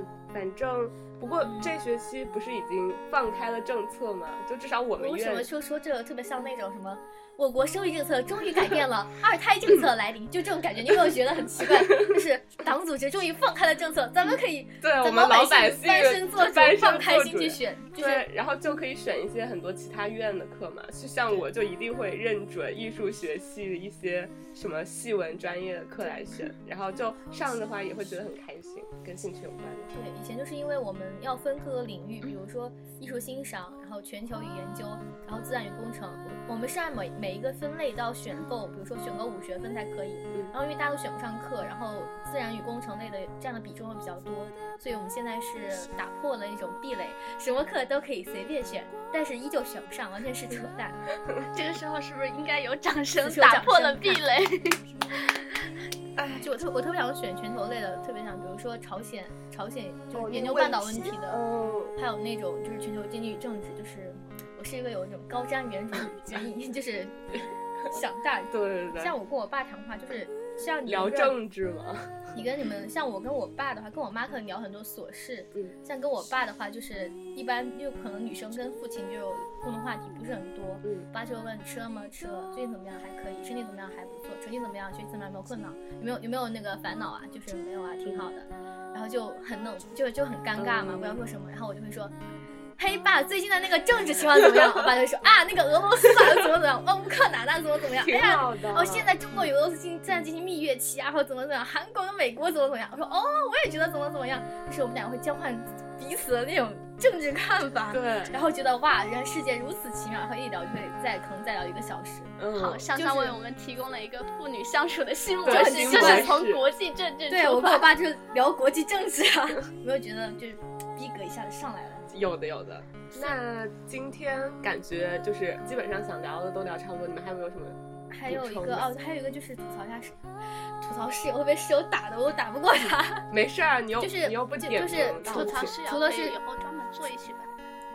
反正不过这学期不是已经放开了政策吗？就至少我们院。 为什么说说这个特别像那种什么？我国生育政策终于改变了，二胎政策来临，就这种感觉，你有没有觉得很奇怪？就是党组织终于放开了政策，咱们可以， 对我们老百姓翻身做主，放开心去选，就是、 对，然后就可以选一些很多其他院的课嘛。就像我就一定会认准艺术学系的一些什么戏文专业的课来选，然后就上的话也会觉得很开心，跟兴趣有关的。 对，以前就是因为我们要分各个领域，比如说艺术欣赏，然后全球语研究，然后自然与工程，我们是按每每一个分类都要选够，比如说选个五学分才可以。然后因为大家都选不上课，然后自然与工程类的这样的比重会比较多，所以我们现在是打破了一种壁垒，什么课都可以随便选，但是依旧选不上，完全是扯淡。 这个时候是不是应该有掌声打破了壁垒？ 哎，就我特我特别想选全球类的，特别想，比如说朝鲜，朝鲜就是研究半岛问题的， 哦、 还有那种就是全球经济与政治，就是我是一个有那种高瞻远瞩原因，就是想大。 对对对。 像我跟我爸谈话，就是像你聊政治嘛。 你跟你们像我跟我爸的话，跟我妈可能聊很多琐事，嗯，像跟我爸的话，就是一般因为可能女生跟父亲就有共同话题不是很多，嗯，爸就问吃了吗？吃了，最近怎么样？还可以，身体怎么样？还不错，成绩怎么样？学习怎么样？有没有困扰？有没有有没有那个烦恼啊？就是没有啊，挺好的。然后就很冷，就就很尴尬嘛，不知道说什么。然后我就会说，嘿爸，最近的那个政治情况怎么样？我爸就说啊，那个俄罗斯啊怎么怎么样，哦乌克兰啊怎么怎么样， 挺好的。 哎呀，哦现在中国与俄罗斯进正进行蜜月期啊，然后怎么怎么样，韩国跟美国怎么怎么样。我说哦，我也觉得怎么怎么样，就是我们两个会交换彼此的那种政治看法， 对， 然后觉得哇，原来世界如此奇妙，然后一聊就会再可能再聊一个小时。 嗯，好，上上为我们提供了一个父女相处的新模式， 就是就是从国际政治出发。 对，我跟我爸就是聊国际政治啊，没有觉得就是逼格一下子上来了。 有的有的。那今天感觉就是基本上想聊的都聊差不多，你们还有没有什么？ 还有一个哦，还有一个就是吐槽一下室，吐槽室友会被室友打的，我都打不过他。 没事儿，你又就是你又不点就是吐槽室友， 除了是以后专门做一期吧。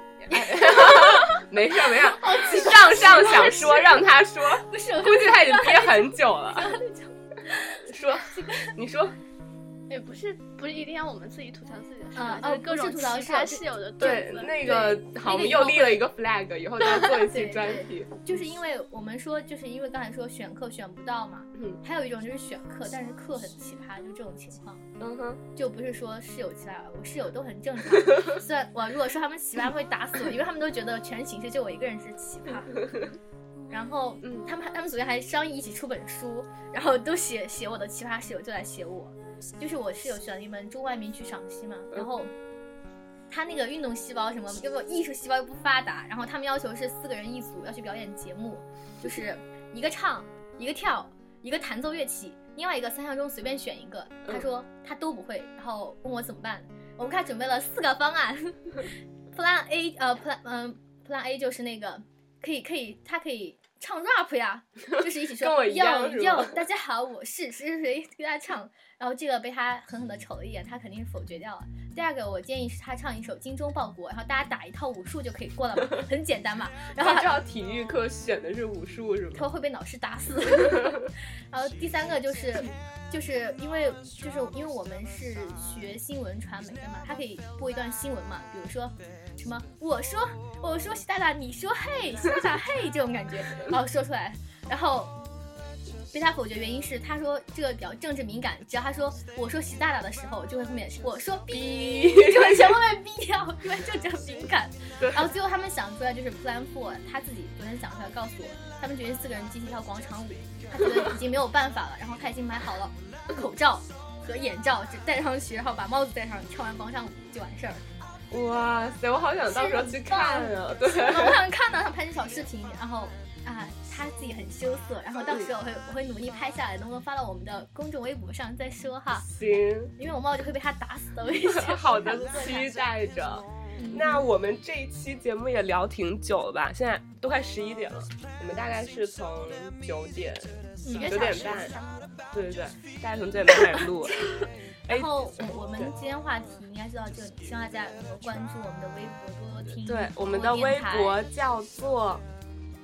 没事儿没事儿，上上想说让他说， 不是， 估计他已经憋很久了。说，你说。 也不是不是一定要我们自己吐槽自己的事， 啊， 就是各种其他室友的对那个好，我们又立了一个 flag， 以后再做一期专题。 就是因为我们说，就是因为刚才说选课选不到嘛，嗯，还有一种就是选课，但是课很奇葩，就这种情况。 嗯哼， 就不是说室友奇葩，我室友都很正常。虽然我如果说他们奇葩会打死我，因为他们都觉得全寝室就我一个人是奇葩。然后，嗯，他们他们昨天还商议一起出本书，然后都写写我的奇葩室友，就来写我。就是我室友选了一门中外名曲赏析嘛，然后他那个运动细胞什么又没有艺术细胞又不发达，然后他们要求是四个人一组要去表演节目，就是一个唱一个跳一个弹奏乐器，另外一个三项中随便选一个。他说他都不会，然后问我怎么办。我们开始准备了四个方案Plan A 呃 Plan 嗯、呃、Plan A 就是那个可以可以他可以唱 rap 呀，就是一起说要要大家好，我是谁谁谁给大家唱，然后这个被他狠狠的瞅了一眼，他肯定是否决掉了。第二个我建议是他唱一首精忠报国，然后大家打一套武术就可以过了嘛，很简单嘛。然后他知道体育课选的是武术是吗？ 他会被老师打死。然后第三个就是就是因为就是因为我们是学新闻传媒的嘛，他可以播一段新闻嘛，比如说什么我说我说习大大你说嘿习大大嘿这种感觉，然后说出来，然后被他否决原因是他说这个比较政治敏感，只要他说我说习大大的时候就会后面我说逼就会全部被逼掉，因为政治很敏感。然后最后他们想出来就是 Plan Four， 他自己昨天想出来告诉我，他们决定四个人集体跳广场舞，他觉得已经没有办法了，然后他已经买好了口罩和眼罩只戴上去，然后把帽子戴上，跳完广场舞就完事儿。 哇塞，我好想到时候去看啊！对， 我想看到他拍成小视频，然后啊，他自己很羞涩，然后到时候我会我会努力拍下来，能不能发到我们的公众微博上再说哈？ 行， 因为我帽就会被他打死的危险。 好的，期待着。那我们这一期节目也聊挺久了吧？现在都快十一点了，我们大概是从九点九点半，对对对，大概从九点半开始录。 然后我们今天话题应该就到这里，希望大家能够关注我们的微博，多多听。 对，我们的微博叫做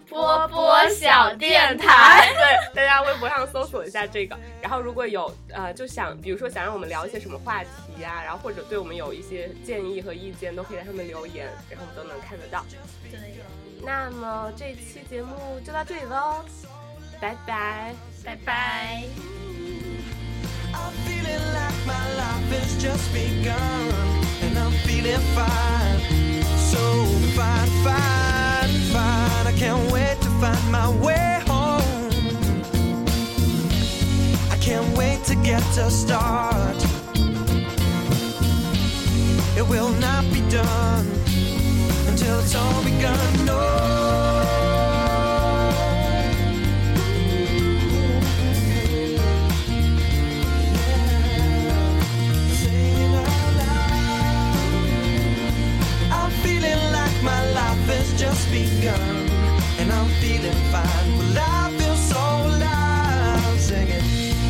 波波小电台。 对，大家微博上搜索一下这个。然后如果有呃就想比如说想让我们聊一些什么话题呀、啊，然后或者对我们有一些建议和意见，都可以在上面留言，然后我们都能看得到。 对。 那么这期节目就到这里喽，拜拜， 拜拜。 I'm feeling like my life has just begun, and I'm feeling fine, so fine, fine, fine. I can't wait to find my way home. I can't wait to get to start. It will not be done until it's all begun. No. Just begun, and I'm feeling fine. Well, I feel so alive, singing.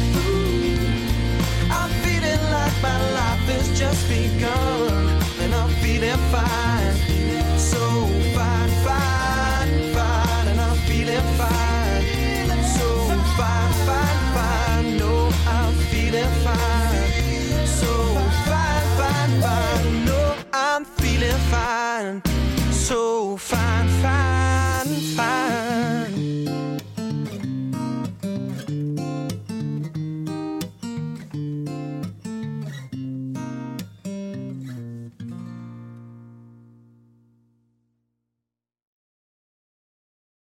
I'm feeling like my life has just begun, and I'm feeling fine, so fine, fine, fine, and I'm feeling fine, so fine, fine, fine. No, I'm feeling fine, so fine, fine, fine. No, I'm feeling fine. So fine, fine.